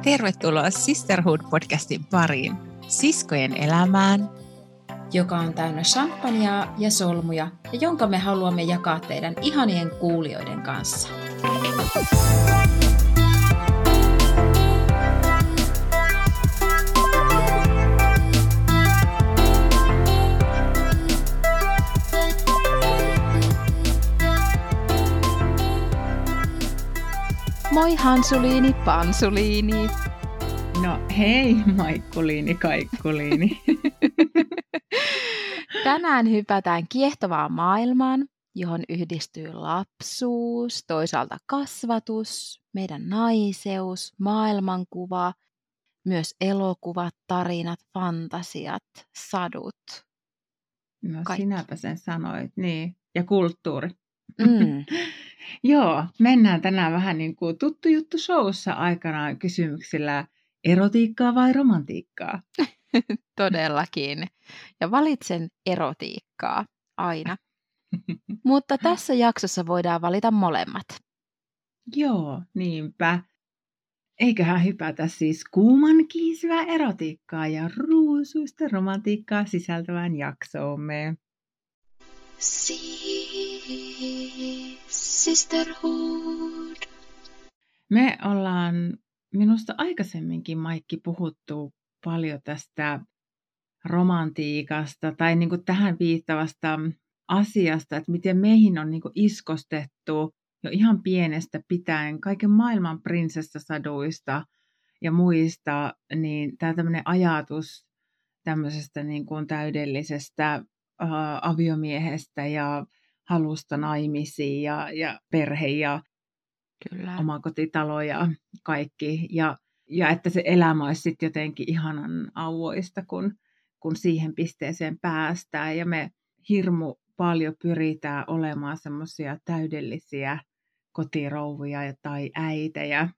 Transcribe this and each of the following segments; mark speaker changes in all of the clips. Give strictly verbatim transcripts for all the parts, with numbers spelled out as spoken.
Speaker 1: Tervetuloa Sisterhood-podcastin pariin, siskojen elämään,
Speaker 2: joka on täynnä champagnea ja solmuja ja jonka me haluamme jakaa teidän ihanien kuulijoiden kanssa.
Speaker 3: Moi Hansuliini, Pansuliini.
Speaker 1: No hei Maikkuliini, Kaikkuliini.
Speaker 3: Tänään hypätään kiehtovaan maailmaan, johon yhdistyy lapsuus, toisaalta kasvatus, meidän naiseus, maailmankuva, myös elokuvat, tarinat, fantasiat, sadut.
Speaker 1: No
Speaker 3: Kaikki.
Speaker 1: Sinäpä sen sanoit, niin. Ja kulttuuri.
Speaker 3: Mm.
Speaker 1: Joo, mennään tänään vähän niin kuin tuttu juttu showssa aikanaan kysymyksillä erotiikkaa vai romantiikkaa?
Speaker 3: Todellakin. Ja valitsen erotiikkaa aina. Mutta tässä jaksossa voidaan valita molemmat.
Speaker 1: Joo, niinpä. Eiköhän hypätä siis kuuman kiisivää erotiikkaa ja ruusuista romantiikkaa sisältävään jaksoomme. Sisterhood. Me ollaan minusta aikaisemminkin, Maikki, puhuttu paljon tästä romantiikasta tai niin kuin tähän viittavasta asiasta, että miten meihin on niin kuin iskostettu jo ihan pienestä pitäen kaiken maailman prinsessasaduista ja muista, niin tämä tämmöinen ajatus tämmöisestä niin kuin täydellisestä ä, aviomiehestä ja halusta naimisiin ja, ja perhe ja
Speaker 3: Kyllä.
Speaker 1: omakotitalo ja kaikki. Ja, ja että se elämä olisi sitten jotenkin ihanan auvoista, kun, kun siihen pisteeseen päästään. Ja me hirmu paljon pyritään olemaan semmoisia täydellisiä kotirouvia tai äitejä.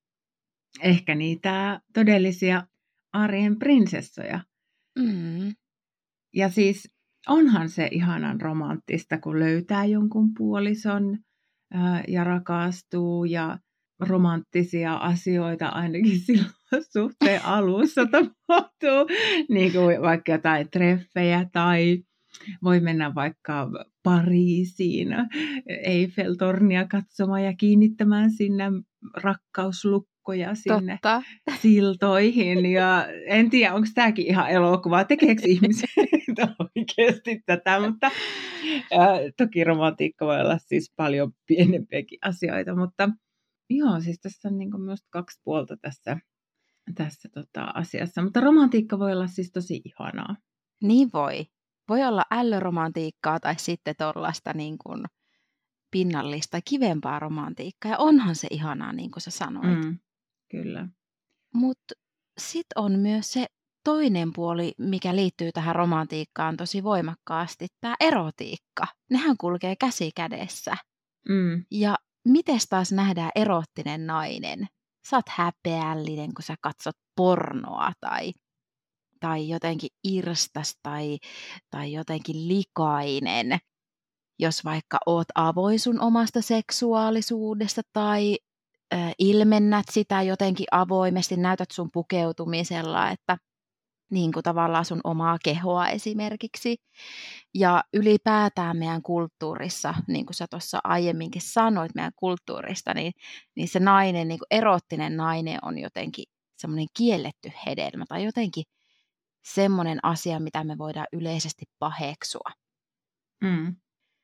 Speaker 1: Ehkä niitä todellisia arjen prinsessoja.
Speaker 3: Mm.
Speaker 1: Ja siis onhan se ihanan romanttista, kun löytää jonkun puolison ää, ja rakastuu ja romanttisia asioita ainakin silloin suhteen alussa tapahtuu, niin kuin vaikka jotain treffejä tai voi mennä vaikka Pariisiin Eiffel-tornia katsomaan ja kiinnittämään sinne rakkauslukkoja sinne
Speaker 3: Totta.
Speaker 1: siltoihin. Ja en tiedä, onko tämäkin ihan elokuvaa, tekeekö ihmiset oikeasti tätä, mutta ää, toki romantiikka voi olla siis paljon pienempiäkin asioita, mutta joo, siis tässä on niin kuin myös kaksi puolta tässä, tässä tota asiassa, mutta romantiikka voi olla siis tosi ihanaa.
Speaker 3: Niin voi. Voi olla ällöromantiikkaa tai sitten tuollaista niin kuin pinnallista, kivempaa romantiikkaa. Ja onhan se ihanaa, niin kuin sä sanoit.
Speaker 1: Mm, kyllä.
Speaker 3: Mutta sitten on myös se toinen puoli, mikä liittyy tähän romantiikkaan tosi voimakkaasti, tämä erotiikka. Nehän kulkee käsi kädessä.
Speaker 1: Mm.
Speaker 3: Ja mites taas nähdään eroottinen nainen? Sä oot häpeällinen, kun sä katsot pornoa tai, tai jotenkin irstas tai, tai jotenkin likainen. Jos vaikka oot avoin sun omasta seksuaalisuudesta tai ö, ilmennät sitä jotenkin avoimesti, näytät sun pukeutumisella, että niin kuin tavallaan sun omaa kehoa esimerkiksi. Ja ylipäätään meidän kulttuurissa, niin kuin sä tuossa aiemminkin sanoit meidän kulttuurista, niin, niin se nainen, niin kuin eroottinen nainen on jotenkin semmoinen kielletty hedelmä tai jotenkin semmoinen asia, mitä me voidaan yleisesti paheksua.
Speaker 1: Mm.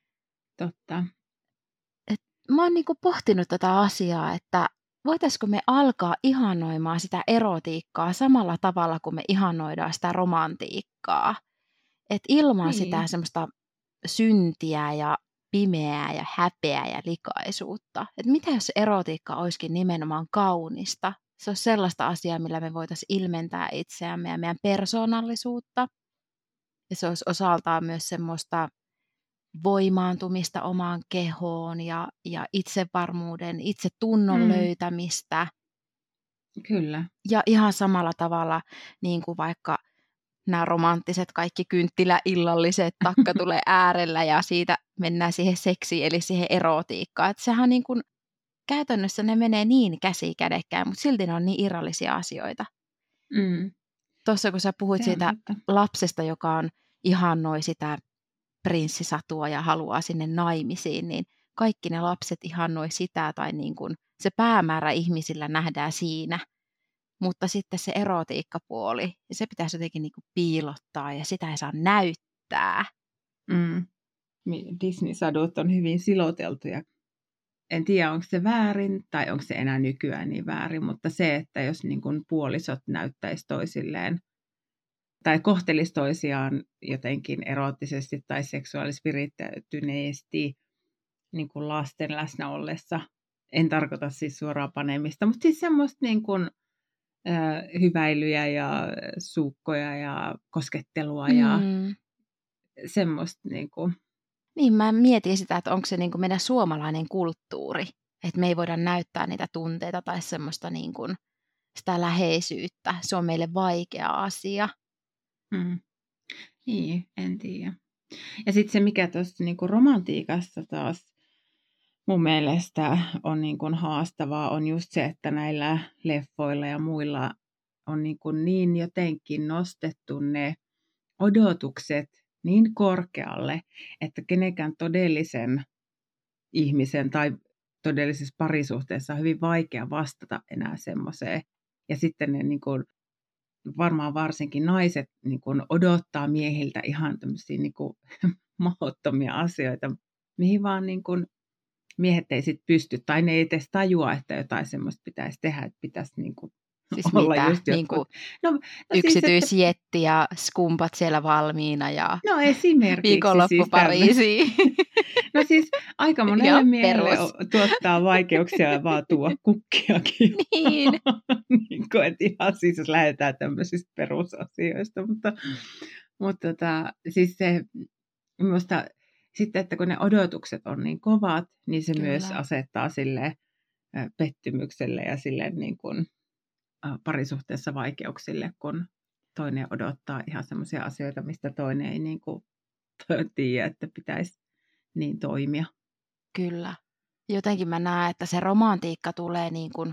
Speaker 1: Totta.
Speaker 3: Et mä oon niin kuin pohtinut tätä asiaa, että voitaisiko me alkaa ihannoimaan sitä erotiikkaa samalla tavalla kuin me ihannoidaan sitä romantiikkaa. Et ilman
Speaker 1: Niin.
Speaker 3: sitä semmoista syntiä ja pimeää ja häpeää ja likaisuutta. Et mitä jos erotiikka olisikin nimenomaan kaunista? Se olisi sellaista asiaa, millä me voitaisiin ilmentää itseämme ja meidän persoonallisuutta. Ja se olisi osaltaan myös semmoista voimaantumista omaan kehoon ja, ja itsevarmuuden, itsetunnon
Speaker 1: Mm.
Speaker 3: löytämistä.
Speaker 1: Kyllä.
Speaker 3: Ja ihan samalla tavalla niin kuin vaikka nämä romanttiset kaikki kynttiläillalliset, takka tulee äärellä ja siitä mennään siihen seksiin eli siihen erotiikkaan. Että sehän niin kuin käytännössä ne menee niin käsi kädekkäin, mutta silti ne on niin irrallisia asioita.
Speaker 1: Mm.
Speaker 3: Tuossa kun sä puhuit siitä
Speaker 1: totta.
Speaker 3: lapsesta, joka on ihannoi sitä prinssisatua ja haluaa sinne naimisiin, niin kaikki ne lapset ihannoi sitä tai niin kuin se päämäärä ihmisillä nähdään siinä. Mutta sitten se erotiikkapuoli, se pitäisi jotenkin niin kuin piilottaa ja sitä ei saa näyttää.
Speaker 1: Mm. Disney-sadut on hyvin siloteltuja. En tiedä, onko se väärin tai onko se enää nykyään niin väärin, mutta se, että jos niin kuin puolisot näyttäisi toisilleen tai kohtelisi toisiaan jotenkin eroottisesti tai seksuaalisvirittäytyneesti niin kuin lasten läsnä ollessa. En tarkoita siis suoraan panemista, mutta siis semmoista niin kuin, äh, hyväilyjä ja suukkoja ja koskettelua ja
Speaker 3: Mm.
Speaker 1: semmoista niin kuin.
Speaker 3: Niin, mä mietin sitä, että onko se niin kuin meidän suomalainen kulttuuri, että me ei voida näyttää niitä tunteita tai semmoista niin kuin sitä läheisyyttä. Se on meille vaikea asia.
Speaker 1: Mm. Niin, en tiedä. Ja sitten se, mikä tuossa niinku romantiikassa taas mun mielestä on niinku haastavaa, on just se, että näillä leffoilla ja muilla on niinku niin jotenkin nostettu ne odotukset niin korkealle, että kenenkään todellisen ihmisen tai todellisessa parisuhteessa on hyvin vaikea vastata enää semmoiseen. Ja sitten ne niinku varmaan varsinkin naiset niin kun odottaa miehiltä ihan tämmöisiä niin kun mahdottomia asioita, mihin vaan niin kun miehet ei sit pysty, tai ne ei edes tajua, että jotain semmoista pitäisi tehdä, että pitäisi niin kun
Speaker 3: Siis
Speaker 1: olla
Speaker 3: mitä?
Speaker 1: just
Speaker 3: Niin
Speaker 1: jotkut.
Speaker 3: kuin
Speaker 1: No, no
Speaker 3: yksityisjetti
Speaker 1: siis,
Speaker 3: ja skumpat siellä valmiina ja
Speaker 1: no esimerkiksi.
Speaker 3: viikonloppu
Speaker 1: siis
Speaker 3: Pariisiin.
Speaker 1: No siis aika monelle
Speaker 3: Ihan
Speaker 1: miehelle
Speaker 3: perus.
Speaker 1: tuottaa vaikeuksia vaan tuoda kukkiakin.
Speaker 3: Niin.
Speaker 1: Niin kuin, että ihan siis jos lähdetään tämmöisistä perusasioista, mutta, mutta tota, siis se minusta sitten, että kun ne odotukset on niin kovat, niin se
Speaker 3: Kyllä.
Speaker 1: myös asettaa sille pettymykselle ja sille niin kuin parisuhteessa vaikeuksille, kun toinen odottaa ihan semmoisia asioita, mistä toinen ei niin kuin tiedä, että pitäisi niin toimia.
Speaker 3: Kyllä. Jotenkin mä näen, että se romantiikka tulee niin kuin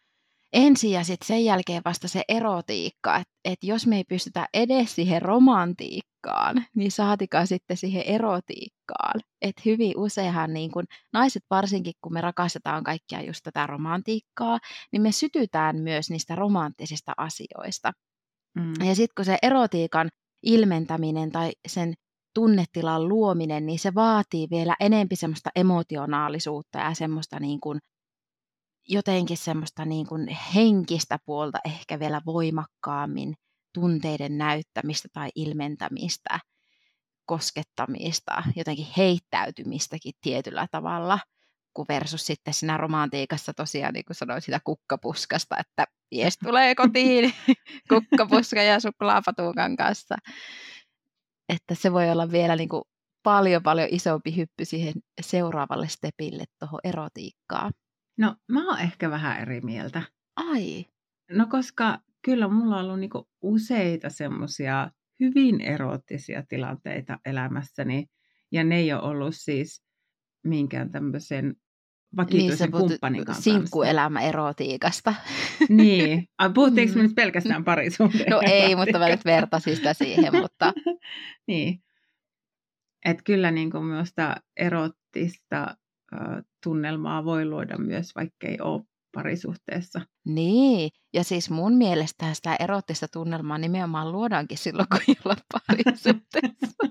Speaker 3: ensin ja sitten sen jälkeen vasta se erotiikka. Että et jos me ei pystytä edes siihen romantiikkaan, niin saatikaan sitten siihen erotiikkaan. Että hyvin useinhan niin kun, naiset varsinkin, kun me rakastetaan kaikkia just tätä romantiikkaa, niin me sytytään myös niistä romanttisista asioista.
Speaker 1: Mm.
Speaker 3: Ja sitten kun se erotiikan ilmentäminen tai sen tunnetilan luominen, niin se vaatii vielä enempi semmoista emotionaalisuutta ja semmoista niin kuin, jotenkin semmoista niin kuin henkistä puolta ehkä vielä voimakkaammin, tunteiden näyttämistä tai ilmentämistä, koskettamista, jotenkin heittäytymistäkin tietyllä tavalla, kun versus sitten siinä romantiikassa tosiaan, niin kuin sanoin, sitä kukkapuskasta, että mies tulee kotiin, kukkapuska ja suklaapatukan kanssa. Että se voi olla vielä niin kuin paljon, paljon isompi hyppy siihen seuraavalle stepille tuohon erotiikkaan.
Speaker 1: No mä oon ehkä vähän eri mieltä.
Speaker 3: Ai.
Speaker 1: No koska kyllä mulla on ollut niinku useita semmoisia hyvin eroottisia tilanteita elämässäni, ja ne ei ole ollut siis minkään tämmöisen vakituisen
Speaker 3: niin,
Speaker 1: kumppanin kanssa.
Speaker 3: Sinkkuelämä erotiikasta.
Speaker 1: Niin. Puhuttiinko me nyt pelkästään parisuhteen?
Speaker 3: No ei, mutta mä nyt vertasin sitä siihen, mutta...
Speaker 1: Niin. Että kyllä niin kuin minusta eroottista tunnelmaa voi luoda myös, vaikka ei ole parisuhteessa.
Speaker 3: Niin, ja siis mun mielestä sitä eroottista tunnelmaa nimenomaan luodaankin silloin, kun ei olla parisuhteessa.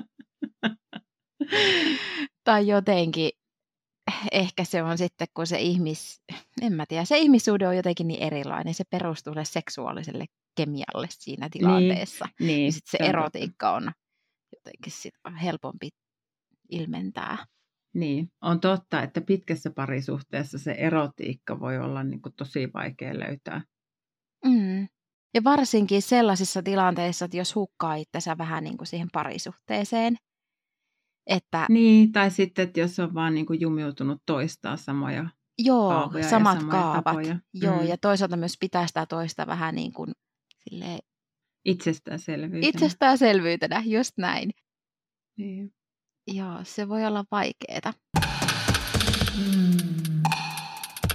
Speaker 3: Tai jotenkin, ehkä se on sitten, kun se ihmis, en mä tiedä, se ihmissuhde on jotenkin niin erilainen, se perustuu sille seksuaaliselle kemialle siinä tilanteessa.
Speaker 1: Niin, niin,
Speaker 3: ja sitten se,
Speaker 1: se on
Speaker 3: erotiikka on jotenkin sit helpompi ilmentää.
Speaker 1: Niin, on totta, että pitkässä parisuhteessa se erotiikka voi olla niin kuin tosi vaikea löytää.
Speaker 3: Mm. Ja varsinkin sellaisissa tilanteissa, että jos hukkaa itsensä vähän niin kuin siihen parisuhteeseen. Että,
Speaker 1: niin, tai sitten, että jos on vaan niin kuin jumiutunut toistaa samoja
Speaker 3: joo,
Speaker 1: kaavoja
Speaker 3: samat
Speaker 1: ja samoja
Speaker 3: kaavat.
Speaker 1: tapoja.
Speaker 3: Joo,
Speaker 1: Mm.
Speaker 3: ja toisaalta myös pitää sitä toista vähän niin kuin silleen,
Speaker 1: itsestäänselvyytenä.
Speaker 3: itsestäänselvyytenä, just näin.
Speaker 1: Niin.
Speaker 3: Joo, se voi olla vaikeeta.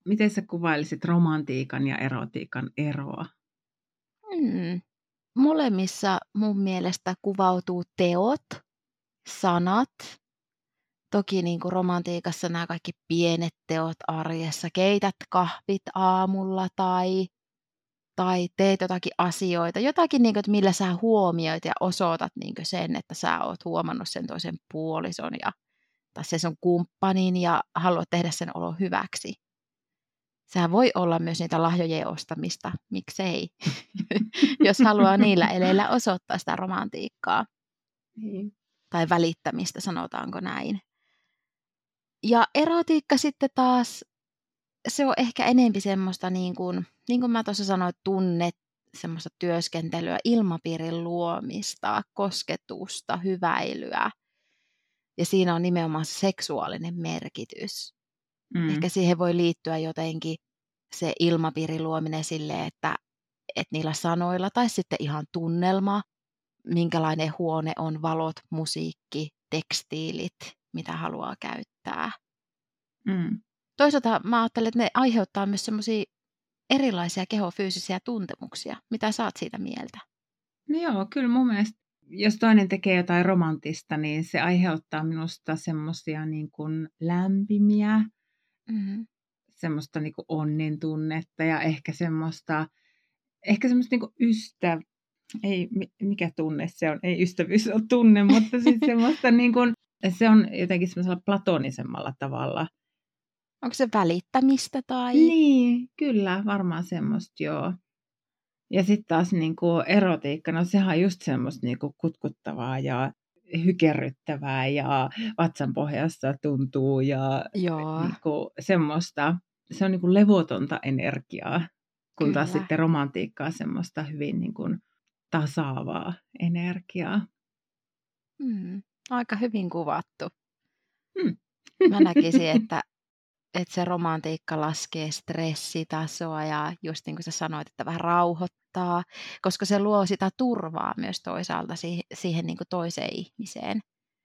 Speaker 1: miten sä kuvailisit romantiikan ja erotiikan eroa?
Speaker 3: Hmm. Molemmissa mun mielestä kuvautuu teot, sanat. Toki niin kuin romantiikassa nämä kaikki pienet teot arjessa. Keität kahvit aamulla tai, tai teet jotakin asioita. Jotakin, niin kuin, että millä sä huomioit ja osoitat niin kuin sen, että sä oot huomannut sen toisen puolison ja, tai sen sun kumppanin ja haluat tehdä sen olo hyväksi. Sehän voi olla myös niitä lahjojen ostamista, miksei, jos haluaa niillä eleillä osoittaa sitä romantiikkaa.
Speaker 1: Niin.
Speaker 3: Tai välittämistä, sanotaanko näin. Ja erotiikka sitten taas, se on ehkä enempi semmoista, niin kuin, niin kuin mä tuossa sanoin, tunne, semmoista työskentelyä, ilmapiirin luomista, kosketusta, hyväilyä. Ja siinä on nimenomaan seksuaalinen merkitys.
Speaker 1: Mm.
Speaker 3: Ehkä siihen voi liittyä jotenkin se ilmapiirin luominen silleen, että, että niillä sanoilla tai sitten ihan tunnelma, minkälainen huone on, valot, musiikki, tekstiilit, mitä haluaa käyttää.
Speaker 1: Mm.
Speaker 3: Toisaalta mä ajattelen, että ne aiheuttaa myös semmoisia erilaisia kehofyysisiä tuntemuksia. Mitä sä oot siitä mieltä?
Speaker 1: No joo, kyllä mun mielestä, jos toinen tekee jotain romanttista, niin se aiheuttaa minusta semmoisia niin kuin lämpimiä,
Speaker 3: Mm-hmm.
Speaker 1: semmoista niin kuin onnin tunnetta ja ehkä semmoista, ehkä semmoista niin kuin ystäv... Ei, mikä tunne se on? Ei ystävyys ole tunne, mutta siis semmoista niin kuin, se on jotenkin semmoisella platonisemmalla tavalla.
Speaker 3: Onko se välittämistä tai?
Speaker 1: Niin, kyllä, varmaan semmoista, joo. Ja sitten taas niin kuin erotiikka, no sehän on just semmoista niin kuin kutkuttavaa ja hykerryttävää ja vatsan pohjassa tuntuu ja
Speaker 3: Joo.
Speaker 1: niin kuin semmoista, se on niin kuin levotonta energiaa, kun
Speaker 3: Kyllä.
Speaker 1: taas sitten romantiikkaa semmoista hyvin niin kuin tasaavaa energiaa.
Speaker 3: Mm, aika hyvin kuvattu.
Speaker 1: Hmm.
Speaker 3: Mä näkisin, että, että se romantiikka laskee stressitasoa ja just niin kuin sä sanoit, että vähän rauhoittaa, koska se luo sitä turvaa myös toisaalta siihen, siihen niin kuin toiseen ihmiseen.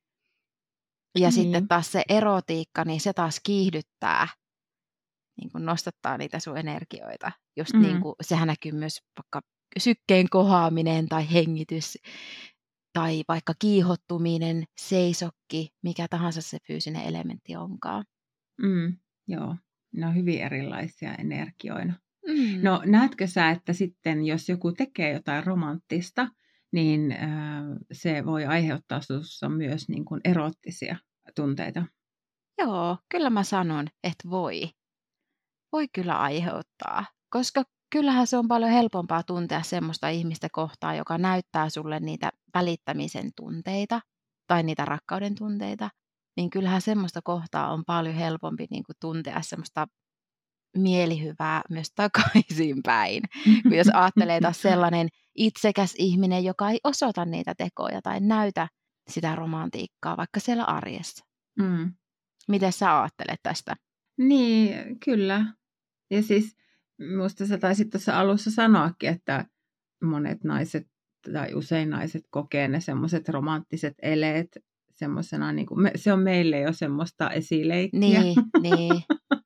Speaker 3: Ja
Speaker 1: Niin.
Speaker 3: sitten taas se erotiikka, niin se taas kiihdyttää, niin kuin nostattaa niitä sun energioita. Just
Speaker 1: Mm.
Speaker 3: niin kuin, sehän näkyy myös vaikka sykkeen kohaaminen tai hengitys tai vaikka kiihottuminen, seisokki, mikä tahansa se fyysinen elementti onkaan.
Speaker 1: Mm, joo, ne on hyvin erilaisia energioina.
Speaker 3: Mm.
Speaker 1: No näetkö sä, että sitten jos joku tekee jotain romanttista, niin äh, se voi aiheuttaa sinussa myös niin kuin eroottisia tunteita?
Speaker 3: Joo, kyllä mä sanon, että voi. Voi kyllä aiheuttaa, koska kyllähän se on paljon helpompaa tuntea semmoista ihmistä kohtaa, joka näyttää sulle niitä välittämisen tunteita tai niitä rakkauden tunteita, niin kyllähän semmoista kohtaa on paljon helpompi niin kuin tuntea semmoista mielihyvää myös takaisinpäin. Kun jos ajattelee taas sellainen itsekäs ihminen, joka ei osoita niitä tekoja tai näytä sitä romantiikkaa vaikka siellä arjessa.
Speaker 1: Mm.
Speaker 3: Miten sä ajattelet tästä?
Speaker 1: Niin, kyllä. Ja siis minusta sä taisit tuossa alussa sanoakin, että monet naiset tai usein naiset kokee ne semmoiset romanttiset eleet semmoisena, niin kuin me, se on meille jo semmoista esileikkiä.
Speaker 3: Niin, niin.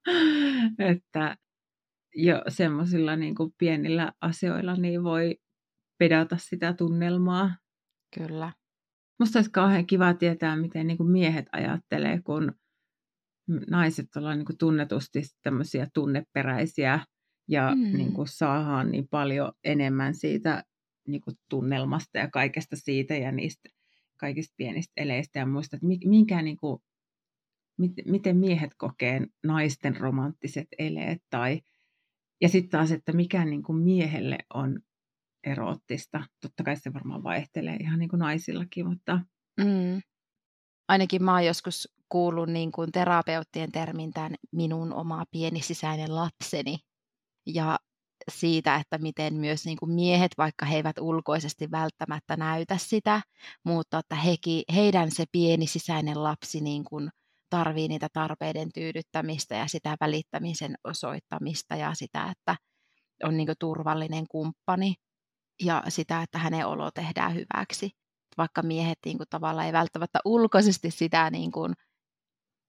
Speaker 1: Että jo semmoisilla niin kuin pienillä asioilla niin voi pedata sitä tunnelmaa.
Speaker 3: Kyllä.
Speaker 1: Musta olisi kauhean kiva tietää, miten niin kuin miehet ajattelee, kun naiset ollaan niin kuin tunnetusti tämmöisiä tunneperäisiä ja
Speaker 3: Mm.
Speaker 1: niin kuin saadaan niin paljon enemmän siitä niin kuin tunnelmasta ja kaikesta siitä ja niistä kaikista pienistä eleistä ja muista, että minkä, niin kuin, miten miehet kokee naisten romanttiset eleet tai ja sitten taas, että mikä niin kuin miehelle on eroottista. Totta kai se varmaan vaihtelee ihan niin kuin naisillakin, mutta
Speaker 3: Mm. Ainakin mä oon joskus kuullut niin kuin terapeuttien termin tämän minun oma pieni sisäinen lapseni. Ja siitä, että miten myös niin kuin miehet, vaikka he eivät ulkoisesti välttämättä näytä sitä, mutta että hekin, heidän se pieni sisäinen lapsi niin kuin tarvii niitä tarpeiden tyydyttämistä ja sitä välittämisen osoittamista ja sitä, että on niin kuin turvallinen kumppani ja sitä, että hänen olo tehdään hyväksi. Vaikka miehet niin kuin tavallaan ei välttämättä ulkoisesti sitä niin kuin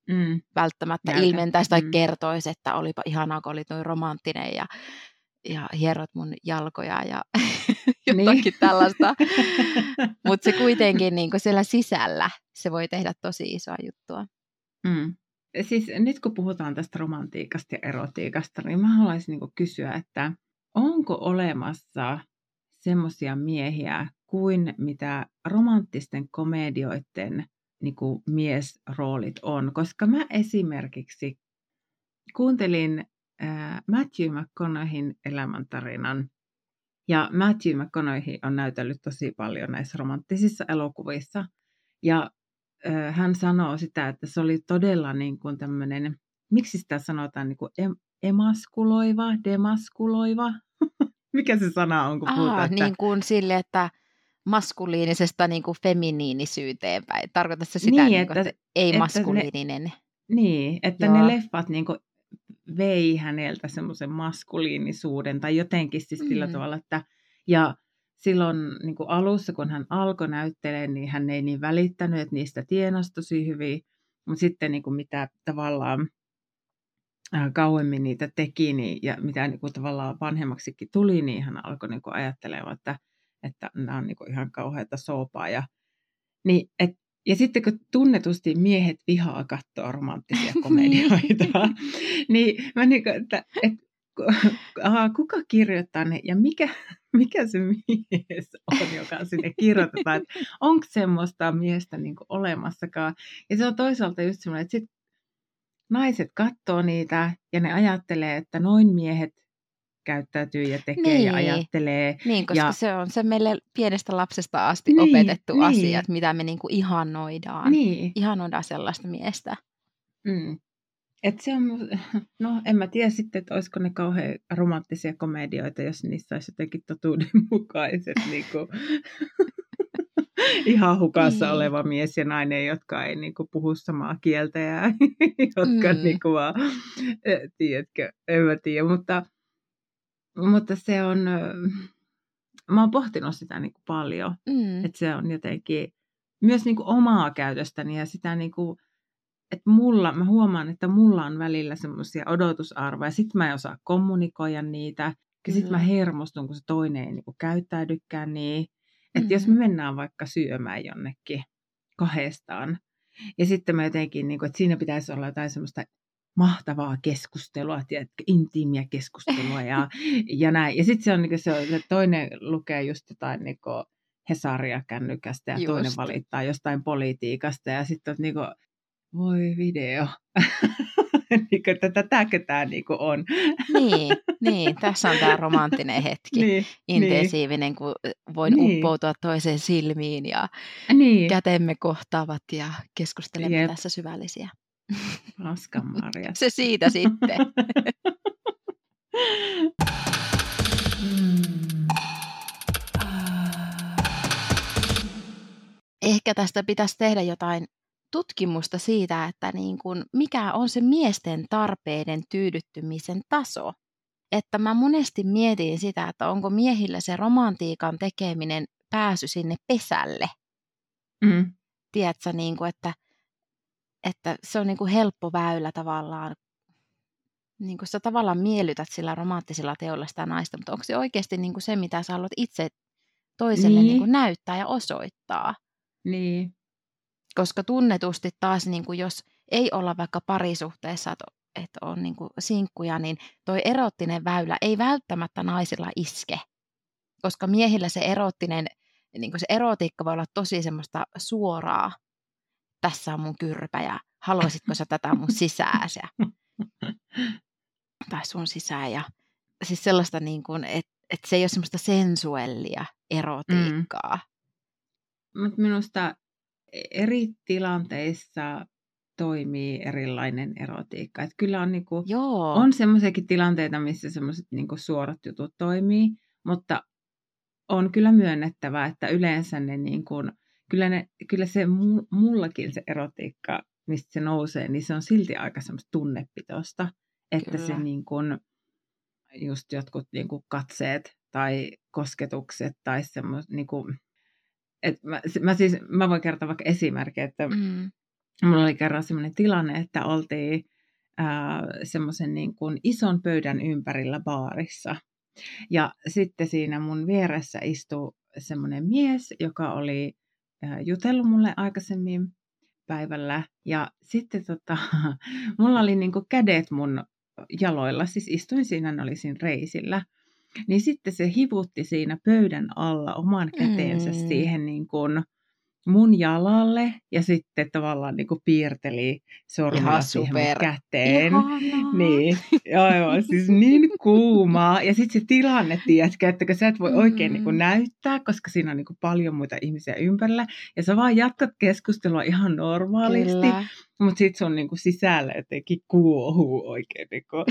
Speaker 1: mm.
Speaker 3: välttämättä
Speaker 1: Näytä.
Speaker 3: ilmentäisi tai
Speaker 1: Mm.
Speaker 3: kertoisi, että olipa ihanaa, kun olit noin romanttinen ja, ja hierot mun jalkoja ja jotakin
Speaker 1: Niin.
Speaker 3: tällaista. Mutta se kuitenkin niin kuin siellä sisällä, se voi tehdä tosi isoa juttua.
Speaker 1: Mm. Siis nyt kun puhutaan tästä romantiikasta ja erotiikasta, niin mä haluaisin niin kysyä, että onko olemassa semmoisia miehiä kuin mitä romanttisten komedioiden niin kuin miesroolit on? Koska mä esimerkiksi kuuntelin äh, Matthew McConaugheyn elämäntarinan, ja Matthew McConaughey on näytellyt tosi paljon näissä romanttisissa elokuvissa, ja äh, hän sanoo sitä, että se oli todella niin kuin tämmöinen, miksi sitä sanotaan, niin kuin em- emaskuloiva, demaskuloiva, mikä se sana on, kun
Speaker 3: Aa,
Speaker 1: puhutaan, että
Speaker 3: niin kuin sille, että maskuliinisesta niin kuin feminiinisyyteen päin. Tarkoitatko se sitä,
Speaker 1: niin,
Speaker 3: niin kuin,
Speaker 1: että,
Speaker 3: että ei
Speaker 1: että ne,
Speaker 3: maskuliininen?
Speaker 1: niin, että ne
Speaker 3: Joo.
Speaker 1: leffat niin kuin vei häneltä semmoisen maskuliinisuuden tai jotenkin siis sillä
Speaker 3: Mm.
Speaker 1: tavalla, että ja silloin niin kuin alussa, kun hän alkoi näyttelemään, niin hän ei niin välittänyt, että niistä tienasi tosi hyvin, mutta sitten niin kuin mitä tavallaan ää, kauemmin niitä teki niin, ja mitä niin kuin tavallaan vanhemmaksikin tuli, niin hän alkoi niin kuin ajattelemaan, että, että nämä on niin kuin ihan kauheata soopaa. Ja, niin, et, ja sitten kun tunnetusti miehet vihaa katsoa romanttisia komedioita, niin mä niin kuin, että, että aha, kuka kirjoittaa ne ja mikä, mikä se mies on, joka sinne kirjoitetaan, että onko semmoista miestä niin kuin olemassakaan. Ja se on toisaalta just semmoinen, että sit naiset katsoo niitä ja ne ajattelee, että noin miehet käyttäytyy ja tekee
Speaker 3: Niin.
Speaker 1: ja ajattelee.
Speaker 3: Niin, koska
Speaker 1: Ja
Speaker 3: se on se meille pienestä lapsesta asti
Speaker 1: niin,
Speaker 3: opetettu
Speaker 1: niin,
Speaker 3: asia, että mitä me niinku ihannoidaan.
Speaker 1: niin.
Speaker 3: Ihannoidaan sellaista miestä.
Speaker 1: Mm. Et se on, no en mä tiedä sitten, että olisiko ne kauhean romanttisia komedioita, jos niissä olisi jotenkin totuudenmukaiset niin kuin, ihan hukassa
Speaker 3: Niin.
Speaker 1: oleva mies ja nainen, jotka ei niin kuin, puhu samaa kieltä ja jotka
Speaker 3: Mm.
Speaker 1: niin kuin, vaan, tiedätkö, en mä tiedä, mutta, mutta se on, mä oon pohtinut sitä niin kuin, paljon,
Speaker 3: Mm.
Speaker 1: että se on jotenkin myös niin kuin, omaa käytöstäni ja sitä niin kuin, että mulla, mä huomaan, että mulla on välillä semmoisia odotusarvoja, sit mä en osaa kommunikoida niitä, ja sit mä
Speaker 3: Kyllä.
Speaker 1: hermostun, kun se toinen ei niinku käyttäydykään niin. Että
Speaker 3: Mm.
Speaker 1: jos me mennään vaikka syömään jonnekin kahdestaan, ja sitten mä jotenkin, niinku, että siinä pitäisi olla jotain semmoista mahtavaa keskustelua, tiedätkö, intiimiä keskustelua ja, ja näin. Ja sitten se on, niinku, se on, että toinen lukee just jotain niinku Hesaria kännykästä ja toinen
Speaker 3: Just.
Speaker 1: valittaa jostain politiikasta, ja sitten on niinku, voi video. niin kuin, että tätäkö tämä niin kuin on.
Speaker 3: Niin, niin, tässä on tämä romanttinen hetki.
Speaker 1: Niin,
Speaker 3: Intensiivinen, kun voin
Speaker 1: Niin.
Speaker 3: uppoutua toiseen silmiin ja
Speaker 1: niin.
Speaker 3: kätemme kohtaavat ja keskustelemme
Speaker 1: Jep.
Speaker 3: tässä syvällisiä.
Speaker 1: Paskan Marja.
Speaker 3: Se siitä sitten. Ehkä tästä pitäisi tehdä jotain tutkimusta siitä, että niin kuin, mikä on se miesten tarpeiden tyydyttymisen taso. Että mä monesti mietin sitä, että onko miehillä se romantiikan tekeminen pääsy sinne pesälle.
Speaker 1: Mm.
Speaker 3: Tiedätkö, niin kuin, että, että se on niin kuin helppo väylä tavallaan, niin kuin sä tavallaan miellytät sillä romanttisella teolla sitä naista, mutta onko se oikeasti niin kuin se, mitä sä haluat itse toiselle
Speaker 1: Niin.
Speaker 3: niin kuin näyttää ja osoittaa?
Speaker 1: Niin.
Speaker 3: Koska tunnetusti taas, niin kuin jos ei olla vaikka parisuhteessa, että, että on niin kuin sinkkuja, niin toi erottinen väylä ei välttämättä naisilla iske. Koska miehillä se erottinen, niin kuin se erotiikka voi olla tosi semmoista suoraa. Tässä on mun kyrpä ja haluaisitko sä tätä mun sisäänsä? Tai sun sisään. Ja siis sellaista, niin kuin, että, että se ei ole semmoista sensuellia erotiikkaa.
Speaker 1: Mm. Mutta minusta eri tilanteissa toimii erilainen erotiikka. Et kyllä on, niinku,
Speaker 3: Joo.
Speaker 1: on semmoisiakin tilanteita, missä semmoiset niinku suorat jutut toimii, mutta on kyllä myönnettävä, että yleensä ne, niinku, kyllä, ne, kyllä se mullakin se erotiikka, mistä se nousee, niin se on silti aika semmoista tunnepitoista, että
Speaker 3: Kyllä.
Speaker 1: se niinku, just jotkut niinku katseet tai kosketukset tai semmoista, niinku, et mä, mä, siis, mä voin kertoa vaikka esimerkkiä, että
Speaker 3: Mm.
Speaker 1: mulla oli kerran semmoinen tilanne, että oltiin semmoisen niin kuin ison pöydän ympärillä baarissa. Ja sitten siinä mun vieressä istui semmoinen mies, joka oli jutellut mulle aikaisemmin päivällä. Ja sitten tota, mulla oli niin kuin kädet mun jaloilla, siis istuin siinä, ne oli siinä reisillä. Niin sitten se hivutti siinä pöydän alla oman käteensä mm. siihen niin kuin mun jalalle ja sitten tavallaan niin kuin piirteli sormella siihen mun käteen.
Speaker 3: Ihanaa.
Speaker 1: Niin, aivan, siis niin kuumaa. Ja sitten se tilanne, tiedätkö, että sä et voi oikein niin kuin näyttää, koska siinä on niin kuin paljon muita ihmisiä ympärillä. Ja sä vaan jatkat keskustelua ihan normaalisti, mutta sitten sun niin kuin sisällä jotenkin kuohuu oikein. Niin kuin.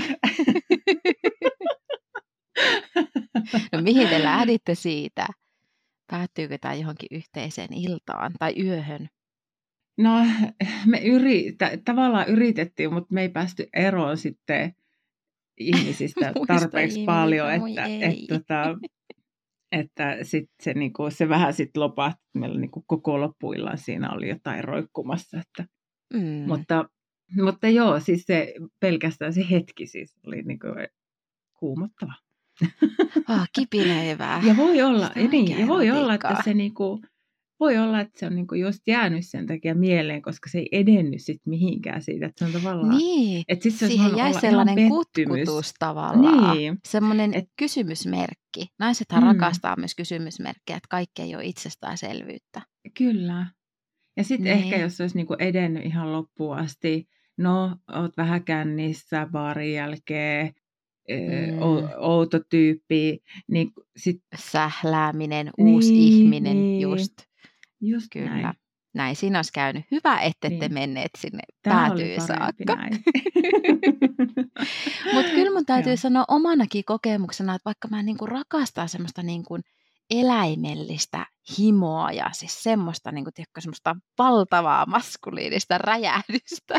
Speaker 3: No mihin te lähditte siitä? Päättyykö tämä johonkin yhteiseen iltaan tai yöhön?
Speaker 1: No me yritä, tavallaan yritettiin, mutta me ei päästy eroon sitten ihmisistä tarpeeksi ihmisiä, paljon, että, että, että, että sit se, niin kuin, se vähän sitten lopahti. Meillä niin kuin koko loppuillaan siinä oli jotain roikkumassa. Että, mm. mutta, mutta joo, siis se, pelkästään se hetki siis oli niin kuin kuumottava.
Speaker 3: Oh, kipinöivää.
Speaker 1: Ja voi olla, niin, ja voi olla että se niinku, voi olla, että se on niinku just jäänyt sen takia mieleen, koska se ei edennyt sit mihinkään siitä, että se on tavallaan,
Speaker 3: niin,
Speaker 1: että sit se
Speaker 3: siihen jäi sellainen kutkutus tavallaan,
Speaker 1: niin.
Speaker 3: semmoinen et, kysymysmerkki. Naisethan mm. rakastaa myös kysymysmerkkejä, että kaikki ei ole itsestäänselvyyttä.
Speaker 1: Kyllä. Ja sitten niin. ehkä jos olisi niinku edennyt ihan loppuun asti, no, oot vähän kännissä baarin jälkeen, Mm. outo tyyppi. Niin sit...
Speaker 3: Sählääminen, uusi niin, ihminen,
Speaker 1: niin.
Speaker 3: just.
Speaker 1: Just
Speaker 3: kyllä.
Speaker 1: Näin.
Speaker 3: näin siinä olisi käynyt. Hyvä, ette niin. te menneet sinne
Speaker 1: Tämä
Speaker 3: päätyyn saakka. Mutta kyllä mun täytyy sanoa omanakin kokemuksena, että vaikka mä niinku rakastan semmoista niinku eläimellistä himoa ja siis semmoista, niinku, tiedätkö, semmoista valtavaa maskuliinista räjähdystä,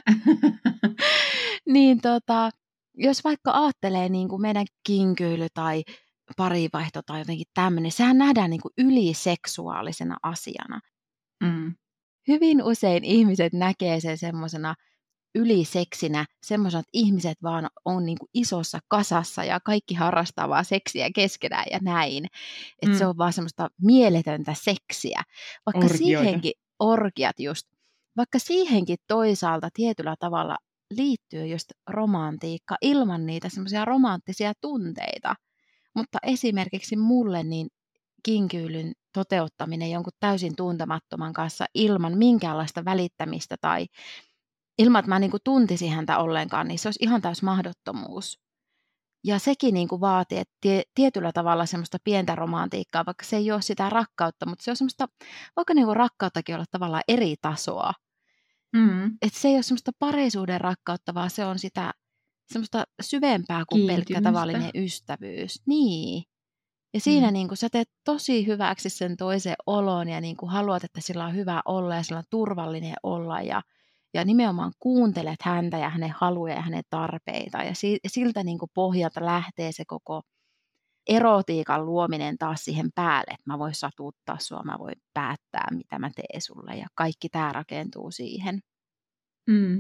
Speaker 3: niin tota... Jos vaikka ajattelee niin kuin meidän kinkyily tai parivaihto tai jotenkin tämmöinen, sehän nähdään niin kuin yliseksuaalisena asiana.
Speaker 1: Mm.
Speaker 3: Hyvin usein ihmiset näkee sen semmoisena yliseksinä, semmoisena, että ihmiset vaan on niin kuin isossa kasassa ja kaikki harrastaa vaan seksiä keskenään ja näin. Että mm. se on vaan semmoista mieletöntä seksiä. Vaikka
Speaker 1: Orgioita.
Speaker 3: siihenkin, orgiat just, vaikka siihenkin toisaalta tietyllä tavalla liittyy just romantiikka ilman niitä semmoisia romanttisia tunteita. Mutta esimerkiksi mulle niin kinkyilyn toteuttaminen jonkun täysin tuntemattoman kanssa ilman minkäänlaista välittämistä tai ilman, että mä niin kuin tuntisin häntä ollenkaan, niin se olisi ihan täys mahdottomuus. Ja sekin niin kuin vaatii, että tie, tietyllä tavalla semmoista pientä romantiikkaa, vaikka se ei ole sitä rakkautta, mutta se on semmoista, vaikka niin kuin rakkauttakin olla tavallaan eri tasoa. Mm. Että se ei ole semmoista parisuuden rakkautta, vaan se on sitä semmoista syvempää kuin pelkkä tavallinen ystävyys. Niin. Ja siinä mm. niin kuin sä teet tosi hyväksi sen toisen olon ja niin kuin haluat, että sillä on hyvä olla ja sillä on turvallinen olla ja, ja nimenomaan kuuntelet häntä ja hänen haluja ja hänen tarpeita. Ja si, siltä niin kuin pohjalta lähtee se koko erotiikan luominen taas siihen päälle, että mä voin satuttaa sua, mä voin päättää, mitä mä teen sulle ja kaikki tää rakentuu siihen.
Speaker 1: Mm.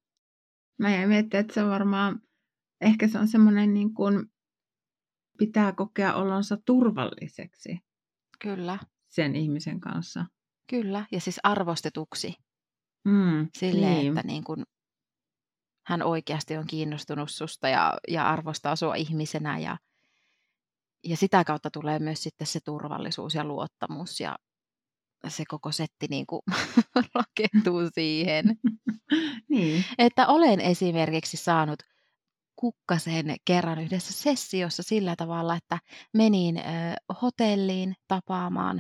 Speaker 1: Mä jäin miettimään, että se on varmaan, ehkä se on semmoinen niin kuin pitää kokea olonsa turvalliseksi.
Speaker 3: Kyllä.
Speaker 1: Sen ihmisen kanssa.
Speaker 3: Kyllä, ja siis arvostetuksi.
Speaker 1: Mm,
Speaker 3: Silleen,
Speaker 1: niin.
Speaker 3: että niin kun hän oikeasti on kiinnostunut susta ja, ja arvostaa sua ihmisenä. Ja, ja sitä kautta tulee myös sitten se turvallisuus ja luottamus ja se koko setti niin kuin rakentuu siihen.
Speaker 1: Niin.
Speaker 3: Että olen esimerkiksi saanut kukkasen kerran yhdessä sessiossa sillä tavalla, että menin ö, hotelliin tapaamaan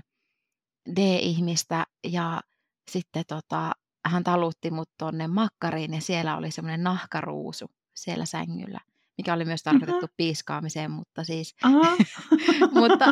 Speaker 3: D-ihmistä ja sitten tota, hän talutti mut tonne makkariin ja siellä oli semmoinen nahkaruusu siellä sängyllä, mikä oli myös tarkoitettu Aha. piiskaamiseen, mutta siis mutta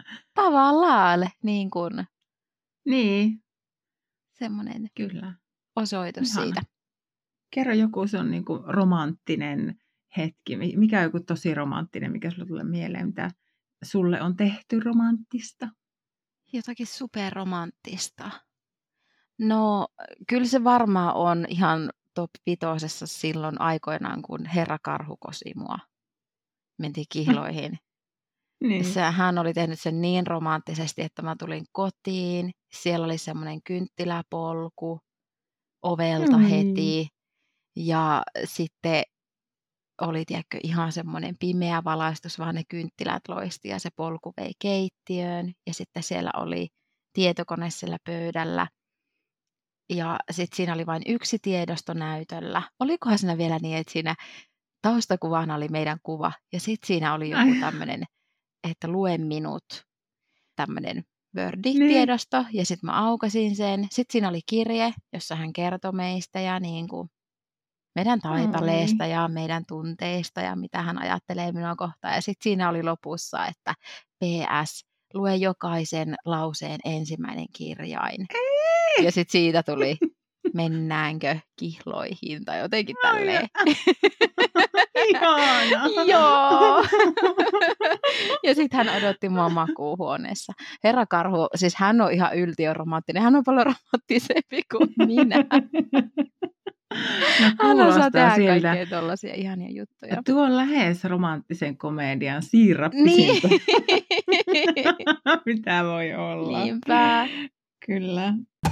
Speaker 3: tavallaan niin kuin
Speaker 1: niin.
Speaker 3: semmoinen
Speaker 1: Kyllä.
Speaker 3: osoitus
Speaker 1: Ihana.
Speaker 3: Siitä.
Speaker 1: Kerro joku se on niin kuin romanttinen hetki. Mikä on joku tosi romanttinen, mikä sulle tulee mieleen, mitä sulle on tehty romanttista?
Speaker 3: Jotakin superromanttista. No, kyllä se varmaan on ihan top vitosessa silloin aikoinaan, kun Herra Karhu kosi mua. Mentiin kihloihin.
Speaker 1: Niin.
Speaker 3: Se, hän oli tehnyt sen niin romanttisesti, että mä tulin kotiin. Siellä oli semmoinen kynttiläpolku ovelta
Speaker 1: Mm.
Speaker 3: heti. Ja sitten oli, tiedätkö, ihan semmoinen pimeä valaistus, vaan ne kynttilät loisti ja se polku vei keittiöön. Ja sitten siellä oli tietokone siellä pöydällä. Ja sitten siinä oli vain yksi tiedosto näytöllä. Olikohan siinä vielä niin, että siinä taustakuvana oli meidän kuva. Ja sitten siinä oli joku
Speaker 1: Ai.
Speaker 3: tämmöinen, että lue minut, tämmöinen
Speaker 1: Niin.
Speaker 3: Word-tiedosto. Ja sitten mä aukasin sen. Sitten siinä oli kirje, jossa hän kertoi meistä ja niin kuin meidän taipaleesta
Speaker 1: Oi.
Speaker 3: ja meidän tunteista ja mitä hän ajattelee minua kohtaan. Ja sitten siinä oli lopussa, että P S, lue jokaisen lauseen ensimmäinen kirjain.
Speaker 1: Ei.
Speaker 3: Ja sitten siitä tuli, mennäänkö kihloihin tai jotenkin tälleen.
Speaker 1: Ihana.
Speaker 3: Joo. Ja sitten hän odotti mua makuuhuoneessa. Herra Karhu, siis hän on ihan yltiöromanttinen. Hän on paljon romanttisempi kuin minä.
Speaker 1: No,
Speaker 3: Hän osaa tehdä
Speaker 1: siltä.
Speaker 3: kaikkea tollaisia ihania juttuja.
Speaker 1: Tuo on lähes romanttisen komedian
Speaker 3: Niin.
Speaker 1: siirappisinta. Mitä voi olla.
Speaker 3: Niinpä.
Speaker 1: Kyllä.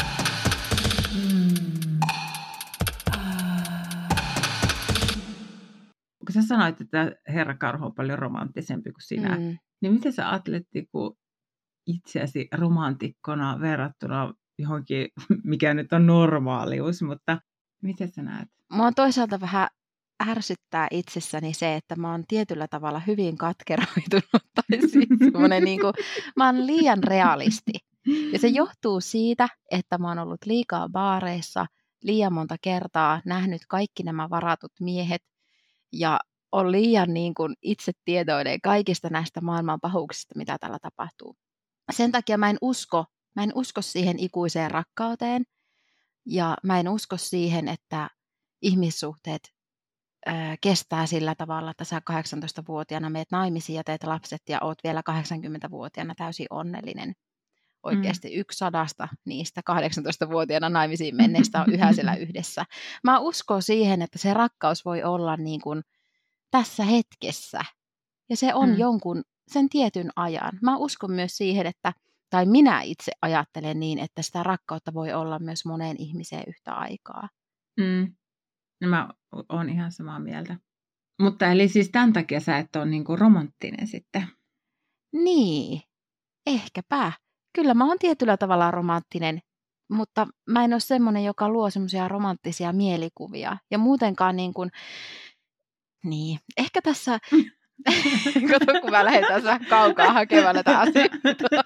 Speaker 1: Kun sä sanoit, että Herra Karhu on paljon romanttisempi kuin sinä,
Speaker 3: Mm.
Speaker 1: niin mitä sä ajattelet kun itseäsi romantikkona verrattuna johonkin, mikä nyt on normaalius, mutta miten sä näet?
Speaker 3: Mua toisaalta vähän ärsyttää itsessäni se, että mä oon tietyllä tavalla hyvin katkeroitunut. Tai siis semmoinen niin kuin, mä oon liian realisti. Ja se johtuu siitä, että mä oon ollut liikaa baareissa liian monta kertaa, nähnyt kaikki nämä varatut miehet ja on liian niin kuin itse tietoinen kaikista näistä maailman pahuuksista, mitä täällä tapahtuu. Sen takia mä en usko, mä en usko siihen ikuiseen rakkauteen ja mä en usko siihen, että ihmissuhteet ö, kestää sillä tavalla, että sä kahdeksantoistavuotiaana meet naimisiin ja teet lapset ja oot vielä kahdeksankymmentävuotiaana täysin onnellinen. Oikeasti mm. yksi sadasta niistä kahdeksantoistavuotiaana naimisiin menneistä on yhä siellä yhdessä. Mä uskon siihen, että se rakkaus voi olla niin kuin tässä hetkessä. Ja se on mm. jonkun sen tietyn ajan. Mä uskon myös siihen, että, tai minä itse ajattelen niin, että sitä rakkautta voi olla myös moneen ihmiseen yhtä aikaa.
Speaker 1: Mm. No mä oon ihan samaa mieltä. Mutta eli siis tämän takia sä et ole niinku romanttinen sitten.
Speaker 3: Niin, ehkäpä. Kyllä mä oon tietyllä tavalla romanttinen, mutta mä en ole semmoinen, joka luo semmoisia romanttisia mielikuvia. Ja muutenkaan niin kuin, niin, ehkä tässä, kato kun mä lähden tässä kaukaa hakemaan näitä asioita.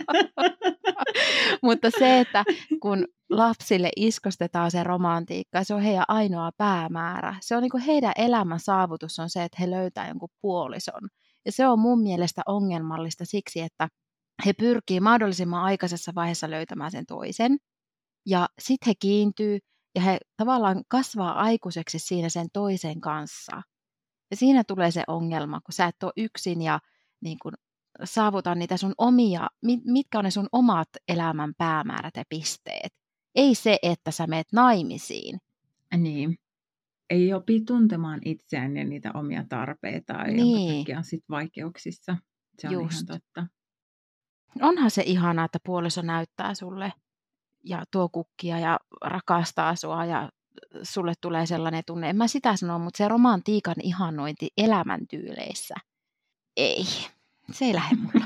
Speaker 3: Mutta se, että kun lapsille iskostetaan se romantiikka, se on heidän ainoa päämäärä. Se on niin kuin heidän elämän saavutus on se, että he löytää jonkun puolison. Ja se on mun mielestä ongelmallista siksi, että he pyrkii mahdollisimman aikaisessa vaiheessa löytämään sen toisen. Ja sitten he kiintyy ja he tavallaan kasvaa aikuiseksi siinä sen toisen kanssa. Ja siinä tulee se ongelma, kun sä et ole yksin ja niin kun saavuta niitä sun omia, mitkä on ne sun omat elämän päämäärät ja pisteet. Ei se, että sä meet naimisiin.
Speaker 1: Niin. Ei opi tuntemaan itseään ja niitä omia tarpeita,
Speaker 3: niin.
Speaker 1: jonka takia on sit vaikeuksissa. Se on
Speaker 3: Just.
Speaker 1: ihan totta.
Speaker 3: Onhan se ihanaa, että puoliso näyttää sulle ja tuo kukkia ja rakastaa sua ja sulle tulee sellainen tunne. En mä sitä sano, mutta se romantiikan ihannointi elämäntyyleissä. Ei, se ei lähde mulla.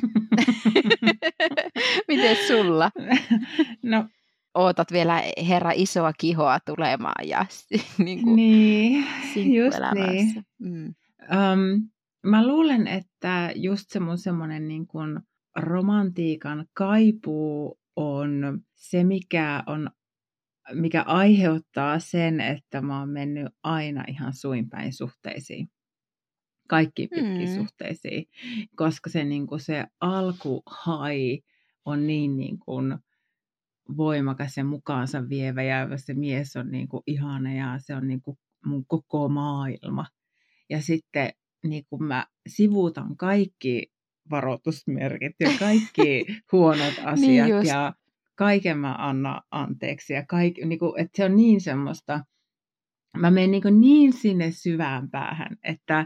Speaker 3: Miten sulla?
Speaker 1: No,
Speaker 3: ootat vielä herra isoa kihoa tulemaan ja niin kuin
Speaker 1: niin, just
Speaker 3: sinkkuelämässä.
Speaker 1: niin.
Speaker 3: Mm.
Speaker 1: Um, mä luulen, että just se mun semmoinen niin kuin romantiikan kaipuu on se, mikä, on, mikä aiheuttaa sen, että mä oon mennyt aina ihan suinpäin suhteisiin. Kaikkiin pitkiin mm. suhteisiin, koska se, niin kuin se alkuhai on niin, niin kuin voimakas ja mukaansa vievä ja se mies on niin kuin ihana ja se on niin kuin mun koko maailma. Ja sitten niin kuin mä sivuutan kaikki varoitusmerkit ja kaikki huonot asiat
Speaker 3: niin
Speaker 1: ja kaiken mä annan anteeksi. Ja kaik, niin kuin, että se on niin semmoista, mä menen niin, niin sinne syvään päähän, että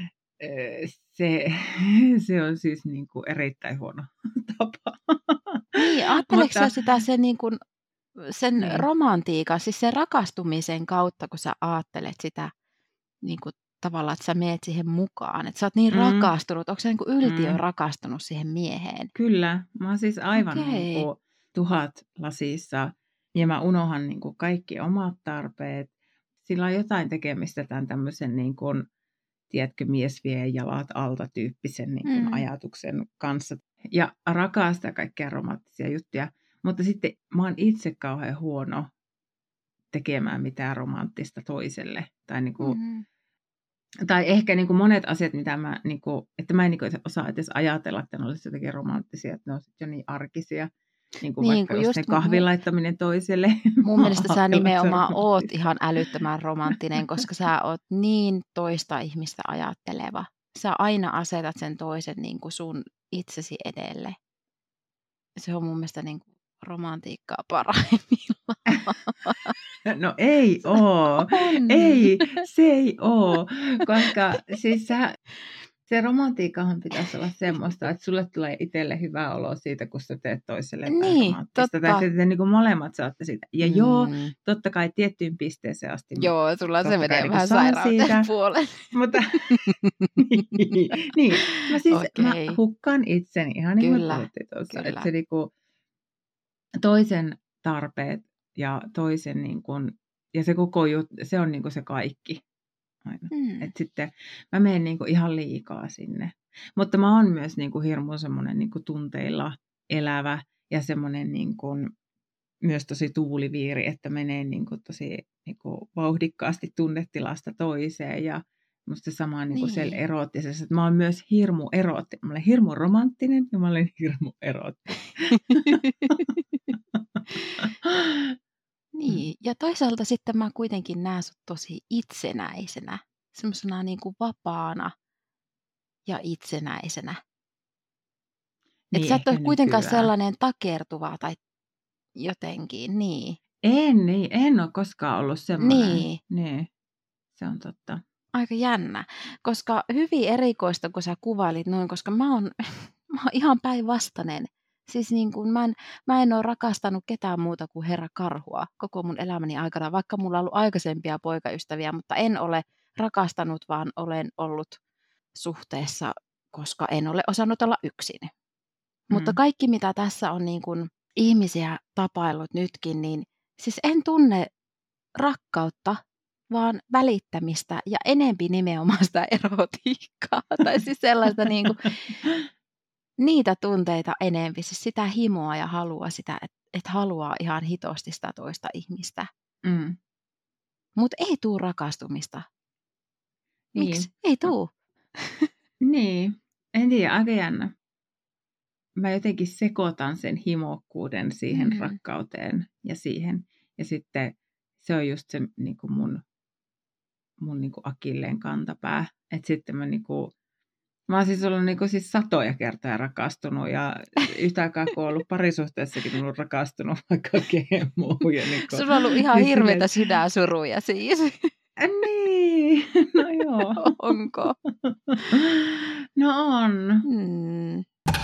Speaker 1: se, se on siis niin kuin erittäin huono tapa.
Speaker 3: Niin, ajatteleeko
Speaker 1: Mutta,
Speaker 3: sä sitä sen, niin kuin, sen
Speaker 1: niin.
Speaker 3: romantiikan, siis sen rakastumisen kautta, kun sä ajattelet sitä niin kuin, tavallaan, että sä meet siihen mukaan, että sä oot niin
Speaker 1: Mm.
Speaker 3: rakastunut, onko sä niin kuin yltiö
Speaker 1: Mm.
Speaker 3: rakastunut siihen mieheen?
Speaker 1: Kyllä, mä oon siis aivan
Speaker 3: Okei.
Speaker 1: niin kuin tuhat lasissa ja mä unohan niin kuin kaikki omat tarpeet. Sillä on jotain tekemistä tämän tämmöisen, niin kuin, tiedätkö, mies vie jalat alta tyyppisen niin kuin
Speaker 3: Mm.
Speaker 1: ajatuksen kanssa. Ja rakastaa kaikkia romanttisia juttuja, mutta sitten mä oon itse kauhean huono tekemään mitään romanttista toiselle. Tai, niin kuin,
Speaker 3: Mm.
Speaker 1: tai ehkä niin kuin monet asiat, mitä mä, niin kuin, että mä en niin kuin osaa edes ajatella, että ne olisi jotenkin romanttisia, että ne on jo niin arkisia. Niin kuin
Speaker 3: Niin,
Speaker 1: vaikka
Speaker 3: kun
Speaker 1: just
Speaker 3: just
Speaker 1: ne
Speaker 3: mu-
Speaker 1: kahvin laittaminen toiselle.
Speaker 3: mun mielestä sä
Speaker 1: Ajattelen, että se on
Speaker 3: nimenomaan oot
Speaker 1: romanttista.
Speaker 3: ihan älyttömän romanttinen, koska sä oot niin toista ihmistä ajatteleva. Sä aina asetat sen toisen niin kuin sun itsesi edelle. Se on mun mielestä niin kuin romantiikkaa parhaimmillaan.
Speaker 1: No ei oo,
Speaker 3: On.
Speaker 1: ei, se ei oo, koska siis sä, se romantiikkahan pitäisi olla semmoista, että sulle tulee itselle hyvä olo siitä, kun sä teet toiselle jotain
Speaker 3: Niin,
Speaker 1: romanttista. Tai
Speaker 3: totta.
Speaker 1: että te niin kuin molemmat saatte siitä. Ja
Speaker 3: Mm.
Speaker 1: joo, totta kai tiettyyn pisteeseen asti.
Speaker 3: Joo, sulla se
Speaker 1: totta kai
Speaker 3: menee
Speaker 1: niin kuin
Speaker 3: vähän
Speaker 1: saa
Speaker 3: sairauteen
Speaker 1: siitä,
Speaker 3: puolelle.
Speaker 1: mutta niin, niin. Mä siis mä
Speaker 3: Okei.
Speaker 1: hukkaan itseni ihan niin kuin
Speaker 3: Kyllä,
Speaker 1: puhuttiin tuossa,
Speaker 3: kyllä.
Speaker 1: että se niin kuin toisen tarpeet ja toisen niin kuin, ja se koko juttu, se on niin kuin se kaikki aina.
Speaker 3: Mm.
Speaker 1: Et sitten mä menen niin kuin ihan liikaa sinne. Mutta mä oon myös niin kuin hirmu semmoinen niin kuin tunteilla elävä ja semmoinen niin kuin myös tosi tuuliviiri, että menee niin kuin tosi niin kuin vauhdikkaasti tunnetilasta toiseen ja musta sama niin kuin siellä
Speaker 3: Niin.
Speaker 1: eroottisessa, että mä oon myös hirmu eroottinen. Mä olen hirmu romanttinen ja mä olen hirmu eroottinen.
Speaker 3: Niin, ja toisaalta sitten mä kuitenkin näen sut tosi itsenäisenä, semmoisena niin kuin vapaana ja itsenäisenä. Että
Speaker 1: Niin,
Speaker 3: sä et
Speaker 1: ehkä
Speaker 3: ole kuitenkaan
Speaker 1: nykyään.
Speaker 3: sellainen takertuva tai jotenkin, niin.
Speaker 1: En, niin, en ole koskaan ollut semmoinen.
Speaker 3: Niin,
Speaker 1: Niin, se on totta.
Speaker 3: aika jännä, koska hyvin erikoista, kun sä kuvailit noin, koska mä oon, mä oon ihan päinvastainen. Siis niin kuin mä en, mä en ole rakastanut ketään muuta kuin Herra Karhua koko mun elämäni aikana, vaikka mulla on ollut aikaisempia poikaystäviä, mutta en ole rakastanut, vaan olen ollut suhteessa, koska en ole osannut olla yksin. Mm. Mutta kaikki, mitä tässä on niin kuin ihmisiä tapaillut nytkin, niin siis en tunne rakkautta, vaan välittämistä ja enempi nimenomaan sitä erotiikkaa. Tai siis sellaista niin kuin, niitä tunteita enempi, siis sitä himoa ja halua, sitä, että et haluaa ihan hitosti sitä toista ihmistä.
Speaker 1: Mm.
Speaker 3: Mutta ei tuu rakastumista.
Speaker 1: Niin.
Speaker 3: Miksi? Ei tuu.
Speaker 1: Niin, en tiedä, aika jännä. Mä jotenkin sekoitan sen himokkuuden siihen
Speaker 3: Mm.
Speaker 1: rakkauteen ja siihen. Ja sitten se on just se niin kuin mun, mun niin kuin akilleen kantapää. Että sitten mä niin kuin, mä oon siis ollut niin kuin siis satoja kertaa rakastunut ja yhtä aikaa kun on ollut parisuhteessakin mä oon rakastunut vaikka kehen muuhun. Ja niin kuin,
Speaker 3: Sulla on ollut ihan
Speaker 1: niin
Speaker 3: hirveitä
Speaker 1: silleen,
Speaker 3: sydänsuruja siis.
Speaker 1: niin, no joo.
Speaker 3: Onko?
Speaker 1: No on.
Speaker 3: Hmm.